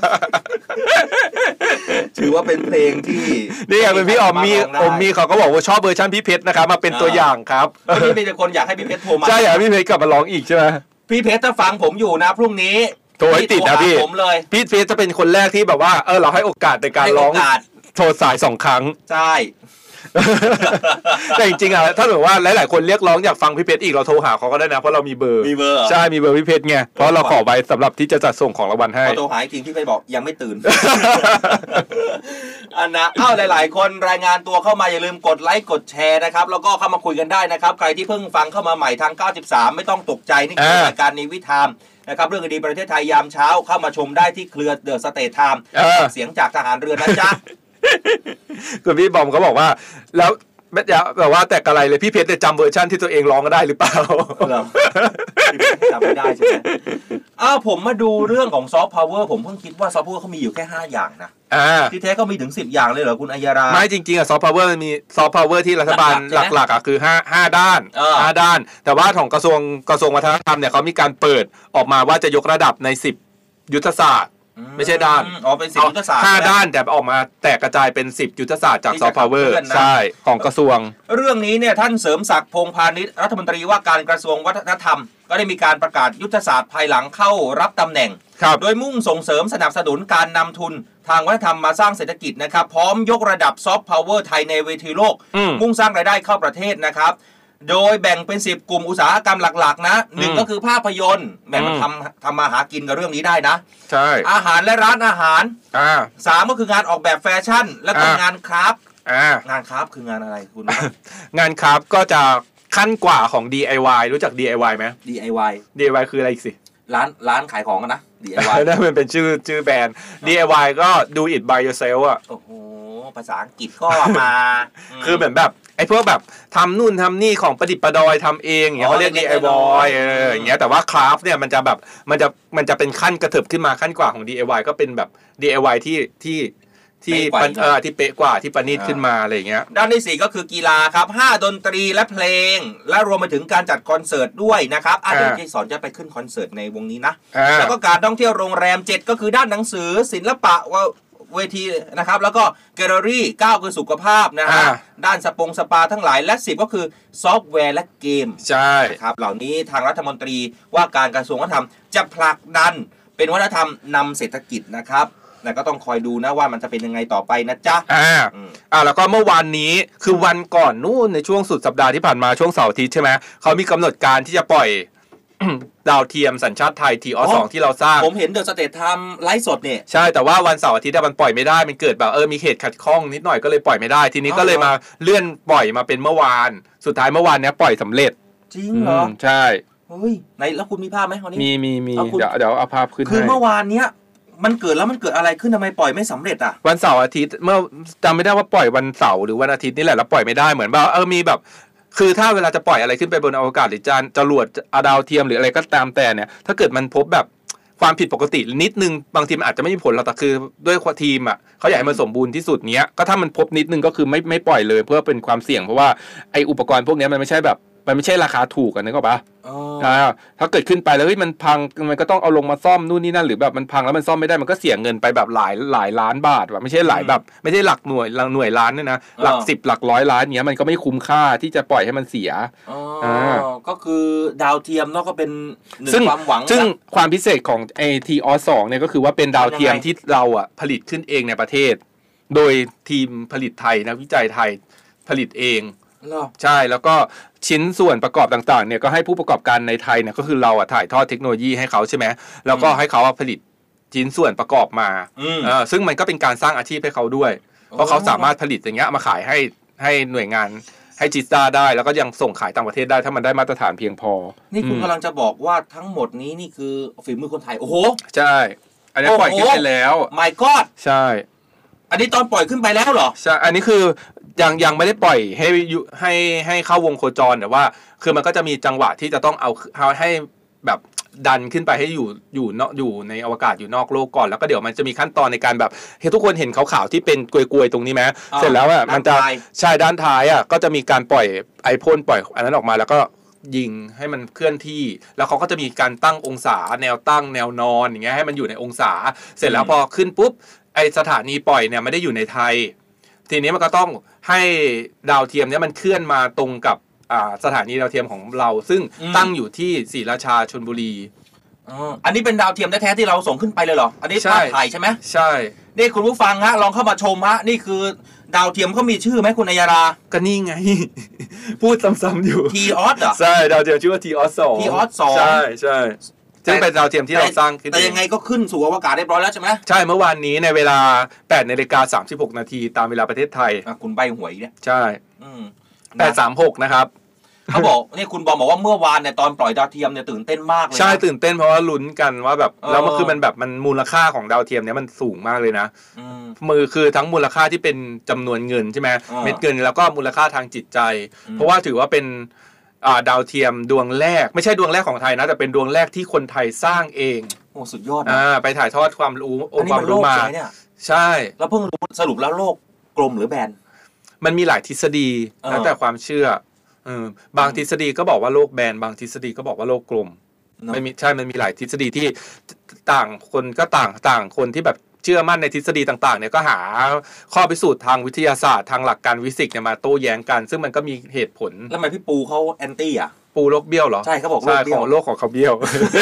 ถือว่าเป็นเพลงที่นี่ไงเป็นพี่ออมมี่ออมมี่เขาก็บอกว่าชอบเวอร์ชันพี่เพชรนะครับมาเป็นตัวอย่างครับพี่มีแต่คนอยากให้พี่เพชรโทรมาใช่อยากพี่เพชรกลับมาร้องอีกใช่ไหมพี่เพชรถ้าฟังผมอยู่นะพรุ่งนี้โทรให้ติดนะพี่พี่เพชรจะเป็นคนแรกที่แบบว่าเออเราให้โอกาสในการร้องโทรสายสองครั้งใช่แต่จริงๆอ่ะถ้าเกิดว่าหลายๆคนเรียกร้องอยากฟังพี่เพชรอีกเราโทรหาเขาก็ได้นะเพราะเรามีเบอร์มีเบอร์ใช่มีเบอร์พี่เพชรไงเพราะเราขอไว้สำหรับที่จะจัดส่งของรางวัลให้โทรหาจริงพี่เพชรบอกยังไม่ตื่นอันนะเอ้าหลายๆคนรายงานตัวเข้ามาอย่าลืมกดไลค์กดแชร์นะครับแล้วก็เข้ามาคุยกันได้นะครับใครที่เพิ่งฟังเข้ามาใหม่ทางเก้าสิบสามไม่ต้องตกใจนี่คือรายการนิวิธามนะครับเรื่องดีประเทศไทยยามเช้าเข้ามาชมได้ที่เครือเดอะสเตทไทม์เสียงจากทหารเรือนะจ๊ะคุณพี่บอมเขาบอกว่าแล้วแบบว่าแต่อะไรเลยพี่เพชรจะจำเวอร์ชันที่ตัวเองร้องได้หรือเปล่าพี่เพชรจำไม่ได้ใช่ไหมอ้าวผมมาดูเรื่องของซอฟต์พาวเวอร์ผมเพิ่งคิดว่าซอฟต์พาวเวอร์เขามีอยู่แค่ห้าอย่างนะที่แท้ก็มีถึงสิบอย่างเลยเหรอคุณอัยราไม่จริงๆอะซอฟต์พาวเวอร์มันมีซอฟต์พาวเวอร์ที่รัฐบาลหลักๆอะคือห้า ห้าด้านห้าด้านแต่ว่าของกระทรวงกระทรวงวัฒนธรรมเนี่ยเขามีการเปิดออกมาว่าจะยกระดับในสิบยุทธศาสตร์ไม่ใช่ด้านอ๋อเป็นสิบยุทธศาสตร์ห้าด้านแต่ออกมาแตกกระจายเป็นสิบยุทธศาสตร์จากซอฟต์พาวเวอร์ใช่ของกระทรวงเรื่องนี้เนี่ยท่านเสริมศักดิ์พงษ์พาณิชย์รัฐมนตรีว่าการกระทรวงวัฒนธรรมก็ได้มีการประกาศยุทธศาสตร์ภายหลังเข้ารับตำแหน่งโดยมุ่งส่งเสริมสนับสนุนการนำทุนทางวัฒนธรรมมาสร้างเศรษฐกิจนะครับพร้อมยกระดับซอฟต์พาวเวอร์ไทยในเวทีโลกมุ่งสร้างรายได้เข้าประเทศนะครับโดยแบ่งเป็นสิบกลุ่มอุตสาหกรรมหลักๆนะหนึ่งก็คือภาพยนตร์แบ่งมาทำทำมาหากินกับเรื่องนี้ได้นะใช่อาหารและร้านอาหารสามก็คืองานออกแบบแฟชั่นและก็งานคราฟต์งานคราฟต์คืองานอะไรคุณงานคราฟต์ก็จะขั้นกว่าของ ดี ไอ วาย รู้จัก ดี ไอ วาย ไหมดี ไอ วายดี ไอ วาย คืออะไรอีกสิร้านร้านขายของกันนะ ดี ไอ วายนั่นมันเป็นชื่อชื่อแบรนด์ ดี ไอ วาย ก็ do it by yourself อ่ะโอ้โหภาษาอังกฤษก็มาคือเหมือนแบบไอ้พวกแบบทำนู่นทำนี่ของประดิษฐ์ประดอยทำเองอย่างเงี้ยเขาเรียก ดี ไอ วาย อย่างเงี้ยแต่ว่าคราฟต์เนี่ยมันจะแบบมันจะมันจะเป็นขั้นกระเถิบขึ้นมาขั้นกว่าของ ดี ไอ วาย ก็เป็นแบบ ดี ไอ วาย ที่ที่ที่เออที่เป๊ะกว่าที่ประณีตขึ้นมาอะไรอย่างเงี้ยด้านที่สี่ก็คือกีฬาครับห้าดนตรีและเพลงและรวมไปถึงการจัดคอนเสิร์ตด้วยนะครับอาจารย์ที่สอนจะไปขึ้นคอนเสิร์ตในวงนี้นะแล้วก็การท่องเที่ยวโรงแรมเจ็ดก็คือด้านหนังสือศิลปะเวทีนะครับแล้วก็แกลเลอรี่เก้าคือสุขภาพนะฮะด้านสปงสปาทั้งหลายและสิบก็คือซอฟต์แวร์และเกมใช่ครับเหล่านี้ทางรัฐมนตรีว่าการกระทรวงวัฒนธรรมจะผลักดันเป็นวัฒนธรรมนำเศรษฐกิจนะครับแต่ก็ต้องคอยดูนะว่ามันจะเป็นยังไงต่อไปนะจ๊ะอ่าอ่าแล้วก็เมื่อวานนี้คือวันก่อนนู่นในช่วงสุดสัปดาห์ที่ผ่านมาช่วงเสาร์อาทิตย์ใช่ไหมเขามีกำหนดการที่จะปล่อย ดาวเทียมสัญชาติไทย ที ออ สอง ที่เราสร้างผมเห็นเดอะสเตททำไลฟ์สดเนี่ยใช่แต่ว่าวันเสาร์อาทิตย์มันปล่อยไม่ได้มันเกิดแบบเออมีเหตุขัดข้องนิดหน่อยก็เลยปล่อยไม่ได้ทีนี้ก็เลยมาเลื่อนปล่อยมาเป็นเมื่อวานสุดท้ายเมื่อวานเนี้ยปล่อยสำเร็จจริงเหรอใช่เฮ้ยไหนแล้วคุณมีภาพไหมวันนี้มีมีมีเดี๋ยวเดี๋ยวเอาภาพขึ้นคือเมื่อวานเนี้ยมันเกิดแล้วมันเกิดอะไรขึ้นทำไมปล่อยไม่สำเร็จอ่ะวันเสาร์อาทิตย์เมื่อจำไม่ได้ว่าปล่อยวันเสาร์หรือวันอาทิตย์นี่แหละแล้วปล่อยไม่ได้เหมือนว่าเออมีแบบคือถ้าเวลาจะปล่อยอะไรขึ้นไปบนอวกาศหรือจานจรวดดาวเทียมหรืออะไรก็ตามแต่เนี่ยถ้าเกิดมันพบแบบความผิดปกตินิดนึงบางทีมันอาจจะไม่มีผลหรอกแต่คือด้วยทีมอ่ะเขาอยากให้มันสมบูรณ์ที่สุดเนี้ยก็ถ้ามันพบนิดนึงก็คือไม่ไม่ปล่อยเลยเพื่อเป็นความเสี่ยงเพราะว่าไออุปกรณ์พวกนี้มันไม่ใช่แบบมันไม่ใช่ราคาถูกกันนึกออกปะอ่าถ้าเกิดขึ้นไปแล้วเฮ้ยมันพังมันก็ต้องเอาลงมาซ่อมนู่นนี่นั่นหรือแบบมันพังแล้วมันซ่อมไม่ได้มันก็เสียเงินไปแบบหลายหลายล้านบาทแบบไม่ใช่หลายแบบไม่ใช่หลักหน่วยหน่วยล้านเนี่ยนะหลักสิบหลักร้อยล้านเนี้ยมันก็ไม่คุ้มค่าที่จะปล่อยให้มันเสียอ๋อก็คือดาวเทียมเนาะก็เป็นหนึ่งความหวังซึ่งความพิเศษของไอทีออสองเนี่ยก็คือว่าเป็นดาวเทียมที่เราอ่ะผลิตขึ้นเองในประเทศโดยทีมผลิตไทยนักวิจัยไทยผลิตเองใช่แล้วก็ชิ้นส่วนประกอบต่างๆเนี่ยก็ให้ผู้ประกอบการในไทยเนี่ยก็คือเราอ่ะถ่ายทอดเทคโนโลยีให้เขาใช่ไหมแล้วก็ให้เขาผลิตชิ้นส่วนประกอบมาเออซึ่งมันก็เป็นการสร้างอาชีพให้เขาด้วยเพราะเขาสามารถผลิตอย่างเงี้ยมาขายให้ให้หน่วยงานให้จิสตาได้แล้วก็ยังส่งขายต่างประเทศได้ถ้ามันได้มาตรฐานเพียงพอนี่คุณกำลังจะบอกว่าทั้งหมดนี้นี่คือฝีมือคนไทยโอ้โหใช่อันนี้ปล่อยขึ้นไปแล้ว My God ใช่อันนี้ตอนปล่อยขึ้นไปแล้วเหรอใช่อันนี้คือยังยังไม่ได้ปล่อยให้ให้ให้เข้าวงโคจรแต่ว่าคือมันก็จะมีจังหวะที่จะต้องเอาเอาให้แบบดันขึ้นไปให้อยู่อยู่นอกอยู่ในอวกาศอยู่นอกโลกก่อนแล้วก็เดี๋ยวมันจะมีขั้นตอนในการแบบเห็นทุกคนเห็นขาวๆที่เป็นกลวยๆตรงนี้ไหมเสร็จแล้วอ่ะมันจะใช่ด้านท้ายอ่ะก็จะมีการปล่อยไอพ่นปล่อยอันนั้นออกมาแล้วก็ยิงให้มันเคลื่อนที่แล้วเขาก็จะมีการตั้งองศาแนวตั้งแนวนอนอย่างเงี้ยให้มันอยู่ในองศาเสร็จแล้วพอขึ้นปุ๊บไอสถานีปล่อยเนี่ยไม่ได้อยู่ในไทยทีนี้มันก็ต้องให้ดาวเทียมเนี่ยมันเคลื่อนมาตรงกับสถานีดาวเทียมของเราซึ่งตั้งอยู่ที่ศรีราชาชลบุรีอันนี้เป็นดาวเทียมแท้ๆที่เราส่งขึ้นไปเลยเหรออันนี้ภาพถ่ายใช่ไหมใช่นี่คุณผู้ฟังฮะลองเข้ามาชมฮะนี่คือดาวเทียมเขามีชื่อไหมคุณนายราก็นี่ไงพูดซ้ำๆอยู่ที ออส เหรอใช่ดาวเทียมชื่อว่า ที ออส สองที ออส สองใช่ใช่ซึ่งเป็นดาวเทียมที่เราสร้างขึ้นแต่ยังไงก็ขึ้นสู่อวกาศเรียบร้อยแล้วใช่ไหมใช่เมื่อวานนี้ในเวลา แปดนาฬิกาสามสิบหกนาทีตามเวลาประเทศไทยคุณใบหวยเนี่ยใช่แปดสามหกนะครับเขาบอกนี่คุณบอมบอกว่าเมื่อวานเนี่ยตอนปล่อยดาวเทียมเนี่ยตื่นเต้นมากเลยใช่ตื่นเต้นเพราะว่าลุ้นกันว่าแบบแล้วมันคือมันแบบมันมูลค่าของดาวเทียมเนี่ยมันสูงมากเลยนะมือคือทั้งมูลค่าที่เป็นจำนวนเงินใช่ไหมเม็ดเงินแล้วก็มูลค่าทางจิตใจเพราะว่าถือว่าเป็นดาวเทียมดวงแรกไม่ใช่ดวงแรกของไทยนะแต่เป็นดวงแรกที่คนไทยสร้างเองโอ้สุดยอดนะไปถ่ายทอดความรู้องค์ความรู้มาใช่แล้วเพิ่งรู้สรุปแล้วโลกกลมหรือแบนมันมีหลายทฤษฎีแล้วแต่ความเชื่อบางทฤษฎีก็บอกว่าโลกแบนบางทฤษฎีก็บอกว่าโลกกลมไม่มีใช่มันมีหลายทฤษฎีที่ต่างคนก็ต่างต่างคนที่แบบเชื่อมั่นในทฤษฎีต่างๆเนี่ยก็หาข้อพิสูจน์ทางวิทยาศาสตร์ทางหลักการฟิสิกส์เนี่ยมาโต้แย้งกันซึ่งมันก็มีเหตุผลแล้วทำไมพี่ปูเขาแอนตี้อ่ะปูโลกเบี้ยวเหรอใช่เขาบอกโลกเบี้ยวโลกของเขาเบี้ยว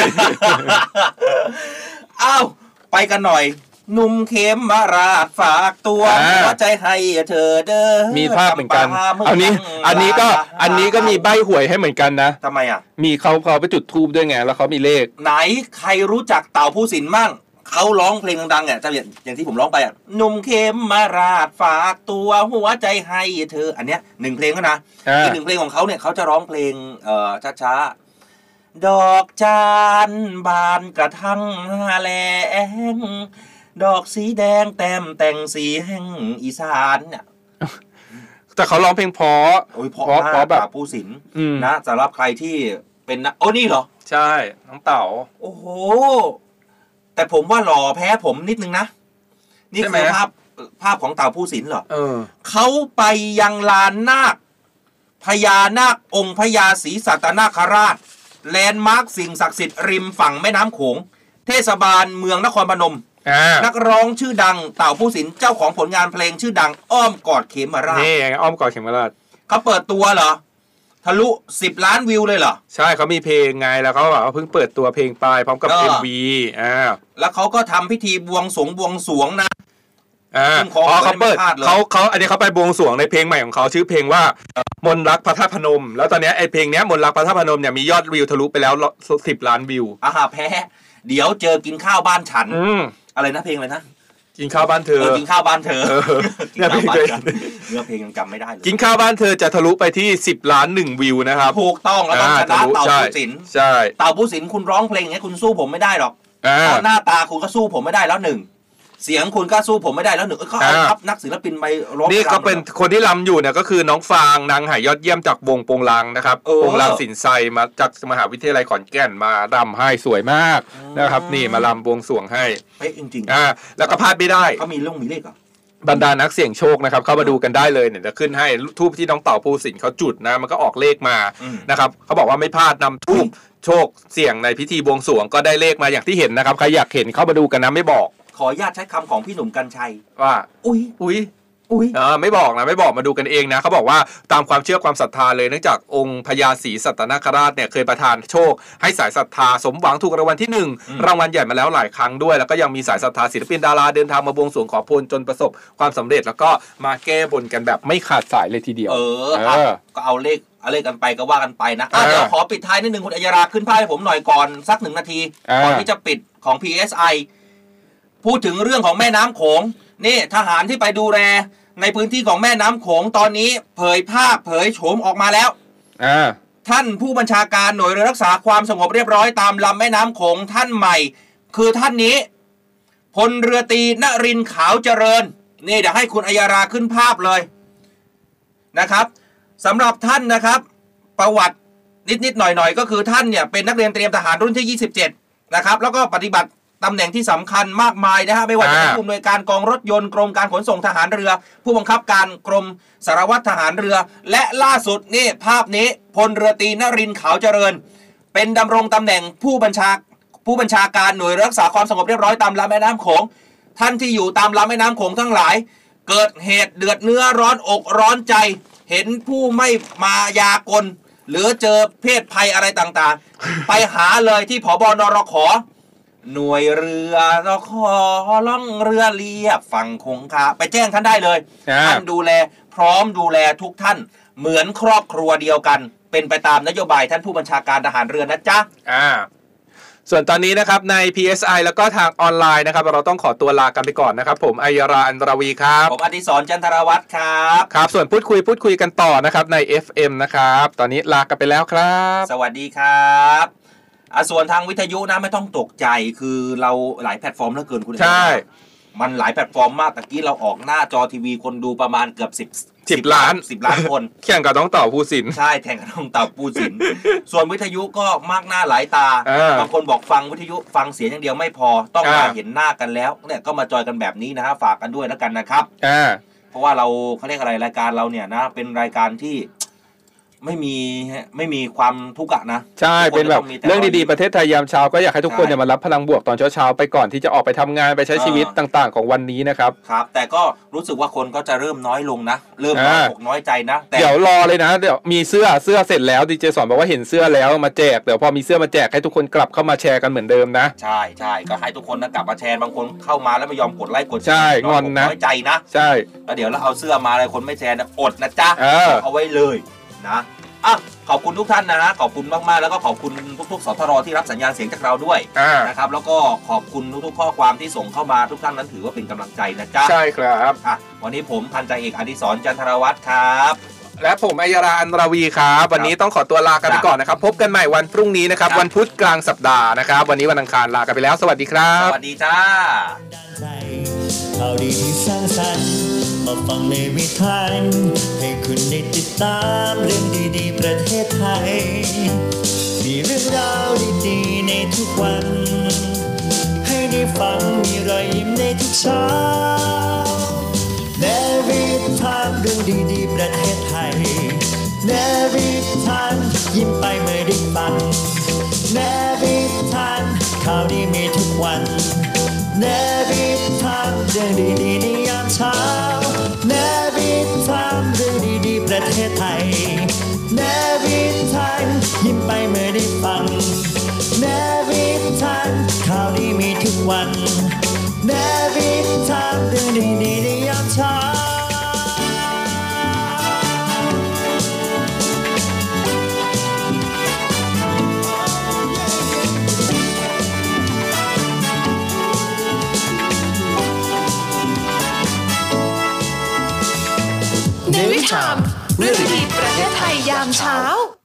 อ้าวไปกันหน่อยหนุ่มเข้มมาราดฝากตัวหัวใจให้เธอเด้อมีภาพเหมือนกันอันนี้อันนี้ก็อันนี้ก็มีใบหวยให้เหมือนกันนะทำไมอ่ะมีเขาเขาไปจุดธูปด้วยไงแล้วเขามีเลขไหนใครรู้จักเต่าผู้สินมั่งเขาร้องเพลงดังๆอ่ะจะอย่างที่ผมร้องไปอ่ะหนุ่มเข้มมาราดฝากตัวหัวใจให้เธออันเนี้ยหนึ่งเพลงก็นะอีกหนึ่งเพลงของเขาเนี่ยเขาจะร้องเพลงเอ่อช้าๆดอกจานบานกระทั่งแลงดอกสีแดงแต้มแต่งสีแห่งอีสานเนี่ยแต่เขาร้องเพลงเพราะเพราะเพราะแบบผู้ศิลป์นะสำหรับใครที่เป็นนะโอ้นี่เหรอใช่น้องเต๋าโอ้โหแต่ผมว่าหล่อแพ้ผมนิดนึงนะนี่คือภาพภาพของเต่าผู้ศิลป์เหรอเออเขาไปยังลานนาคพญานาคองค์พญาศรีสัตนาคราชแลนด์มาร์คสิ่งศักดิ์สิทธิ์ริมฝั่งแม่น้ำโขงเทศบาลเมืองนครพนมนักร้องชื่อดังเต่าผู้สินเจ้าของผลงานเพลงชื่อดังอ้อมกอดเขมราชนี่อ้อมกอดเขมราชเขาเปิดตัวเหรอทะลุสิบล้านวิวเลยเหรอใช่เขามีเพลงไงแล้วเขาแบบว่าเพิ่งเปิดตัวเพลงไปพร้อมกับ เอ็ม วี อ่าแล้วเขาก็ทำพิธีบวงสรวงบวงสรวงนะอ่าอ๋อเขาเปิดเขาเขาอันนี้เขาไปบวงสรวงในเพลงใหม่ของเขาชื่อเพลงว่ามนรักพระธาตุพนมแล้วตอนนี้ไอเพลงนี้มนรักพระธาตุพนมเนี่ยมียอดวิวทะลุไปแล้วสิบล้านวิวอ่าแพ้เดี๋ยวเจอกินข้าวบ้านฉันอะไรนะเพลงอะไรนะกินข้าวบ้านเธอกินข้าวบ้านเธอเนื้อเพลงเนื้อเพลงยังจำไม่ได้เลยกินข้าวบ้านเธอจะทะลุไปที่สิบล้านหนึ่งวิวนะครับถูกต้องแล้วต้องชนะเต่าผู้สินใช่เต่าผู้สินคุณร้องเพลงอย่างนี้คุณสู้ผมไม่ได้หรอกเพราะหน้าตาคุณก็สู้ผมไม่ได้แล้วหนึ่งเสียงคุณก็สู้ผมไม่ได้แล้วหนึ่งเขาเอาทับนักศิลปินไปร้องนี่ก็เป็นคนที่รำอยู่เนี่ยก็คือน้องฟางนางหายยอดเยี่ยมจากวงโปงลางนะครับโปงลางสินไซมาจากมหาวิทยาลัยขอนแก่นมารำให้สวยมากนะครับนี่มารำบวงสรวงให้เป๊ะจริงๆอ่าแล้วก็พลาดไม่ได้เขามีเรื่องมีเลขเหรอบรรดานักเสี่ยงโชคนะครับเข้ามาดูกันได้เลยเนี่ยจะขึ้นให้ทูบที่น้องเต่าภูสินเขาจุดนะมันก็ออกเลขมานะครับเขาบอกว่าไม่พลาดนำทูบโชคเสี่ยงในพิธีบวงสรวงก็ได้เลขมาอย่างที่เห็นนะครับใครอยากเห็นเข้ามาดูกันนะไม่บอกขออนุญาตใช้คำของพี่หนุ่มกรรชัยว่าอุ้ยอุ้ยอุ้ยเออไม่บอกนะไม่บอกมาดูกันเองนะเขาบอกว่าตามความเชื่อความศรัทธาเลยเนื่องจากองค์พญาศรีสัตนคราชเนี่ยเคยประทานโชคให้สายศรัทธาสมหวังถูกรางวัลที่หนึ่งรางวัลใหญ่มาแล้วหลายครั้งด้วยแล้วก็ยังมีสายศรัทธาศิลปินดาราเดินทางมาบวงสรวงขอพรจนประสบความสำเร็จแล้วก็มาแก้บนกันแบบไม่ขาดสายเลยทีเดียวเออก็เอาเลขเอาเลขกันไปก็ว่ากันไปนะเดี๋ยวขอปิดท้ายนิดนึงคุณอัยราขึ้นไพ่ให้ผมหน่อยก่อนสักหนึ่งนาทีก่อนที่จะปิดของ พี เอส ไอพูดถึงเรื่องของแม่น้ำโขงนี่ทหารที่ไปดูแลในพื้นที่ของแม่น้ำโขงตอนนี้เผยภาพเผยโฉมออกมาแล้วท่านผู้บัญชาการหน่วยเรือรักษาความสงบเรียบร้อยตามลำแม่น้ำโขงท่านใหม่คือท่านนี้พลเรือตรีณรินทร์ขาวเจริญนี่เดี๋ยวให้คุณอัยราขึ้นภาพเลยนะครับสำหรับท่านนะครับประวัตินิดๆหน่อยๆก็คือท่านเนี่ยเป็นนักเรียนเตรียมทหารรุ่นที่ยี่สิบเจ็ดนะครับแล้วก็ปฏิบัติตำแหน่งที่สำคัญมากมายนะฮะไม่ว่าจะเป็นผู้อำนวยการกองรถยนต์กรมการขนส่งทหารเรือผู้บังคับการกรมสารวัตรทหารเรือและล่าสุดนี่ภาพนี้พลเรือตรีณรินทร์ขาวเจริญเป็นดำรงตำแหน่งผู้บัญชาผู้บัญชาการหน่วยรักษาความสงบเรียบร้อยตามลำแม่น้ำโขงท่านที่อยู่ตามลำแม่น้ำโขงทั้งหลายเกิดเหตุเดือดเนื้อร้อนอกร้อนใจเห็นผู้ไม่มายากลหรือเจอเพศภัยอะไรต่างๆ ไปหาเลยที่ผบ.นรข.หน่วยเรือเราขอล่องเรือเรียบฝั่งคงคาไปแจ้งท่านได้เลยท่านดูแลพร้อมดูแลทุกท่านเหมือนครอบครัวเดียวกันเป็นไปตามนโยบายท่านผู้บัญชาการทหารเรือนะจ๊ะอ่าส่วนตอนนี้นะครับใน พี เอส ไอ แล้วก็ทางออนไลน์นะครับเราต้องขอตัวลากันไปก่อนนะครับผมอัยราอันตรวีครับผมอดิศรจันทรวัฒน์ครับครับส่วนพูดคุยพูดคุยกันต่อนะครับใน เอฟ เอ็ม นะครับตอนนี้ลากันไปแล้วครับสวัสดีครับอ่ะส่วนทางวิทยุนะไม่ต้องตกใจคือเราหลายแพลตฟอร์มเหลือเกินคุณใช่มันหลายแพลตฟอร์มมากตะกี้เราออกหน้าจอทีวีคนดูประมาณเกือบสิบสิบล้านสิบล้านคนแข่งกับน้องเต่าภูสินใช่แข่งกับน้องเต่าภูสินส่วนวิทยุก็มากหน้าหลายตาบางคนบอกฟังวิทยุฟังเสียงอย่างเดียวไม่พอต้องมาเห็นหน้ากันแล้วเนี่ยก็มาจอยกันแบบนี้นะฮะฝากกันด้วยแล้วกันนะครับเพราะว่าเราเขาเรียกอะไรรายการเราเนี่ยนะเป็นรายการที่ไม่มีไม่มีความทุกข์นะใช่เป็นแบบเรื่องดีๆประเทศไทยยามเช้าก็อยากให้ทุกคนเนี่ยมารับพลังบวกตอนเช้าๆไปก่อนที่จะออกไปทำงานไปใช้ชีวิตต่างๆของวันนี้นะครับครับแต่ก็รู้สึกว่าคนก็จะเริ่มน้อยลงนะเริ่มน้อยอกน้อยใจนะเดี๋ยวรอเลยนะเดี๋ยวมีเสื้อเสื้อเสร็จแล้วดีเจสอนบอกว่าเห็นเสื้อแล้วมาแจกเดี๋ยวพอมีเสื้อมาแจกให้ทุกคนกลับเข้ามาแชร์กันเหมือนเดิมนะใช่ใช่ก็ให้ทุกคนนะกลับมาแชร์บางคนเข้ามาแล้วไม่ยอมกดไลค์กดแชร์ใช่งอนนะน้อยใจนะใช่แล้วเดี๋ยวเราเอาเสื้อมาอะไรคนไม่แชร์นะอดนะจ๊ะเอาไว้เลยนะอ่ะขอบคุณทุกท่านนะฮะขอบคุณมากๆแล้วก็ขอบคุณทุกๆสทรที่รับสัญญาณเสียงจากเราด้วยนะครับแล้วก็ขอบคุณทุกๆข้อความที่ส่งเข้ามาทุกท่านนั้นถือว่าเป็นกำลังใจนะจ๊ะใช่ครับอ่ะวันนี้ผมพันจ่าเอกอดิศรจันทรวัฒน์ครับและผมอัยราอันราวีครับวันนี้ต้องขอตัวลากันไปก่อนนะครับพบกันใหม่วันพรุ่งนี้นะครับวันพุธกลางสัปดาห์นะครับวันนี้วันอังคารลากันไปแล้วสวัสดีครับสวัสดีจ้าข่าวดีที่สร้างสรรค์มาฟังในวิถีให้คุณได้ติดตามเรื่องดีๆประเทศไทยมีเรื่องราวดีๆในทุกวันให้ได้ฟังมีรอยยิ้มในทุกเช้าในวิถีเรื่องดีๆประเทศไทยในวิถียิ้มไปเมื่อได้ฟังในวิถีข่าวดีมีทุกวันในวิเรื่องดีๆในยามเช้าเนวิทามเรื่องดีๆประเทศไทยเนวิทามยิ้มไปเมื่อได้ฟังเนวิทามข่าวดีมีทุกวันเนวิทามเรื่องดีๆในยามเช้าเนวิทามเรื่องดีๆประเทศไทยยามเช้า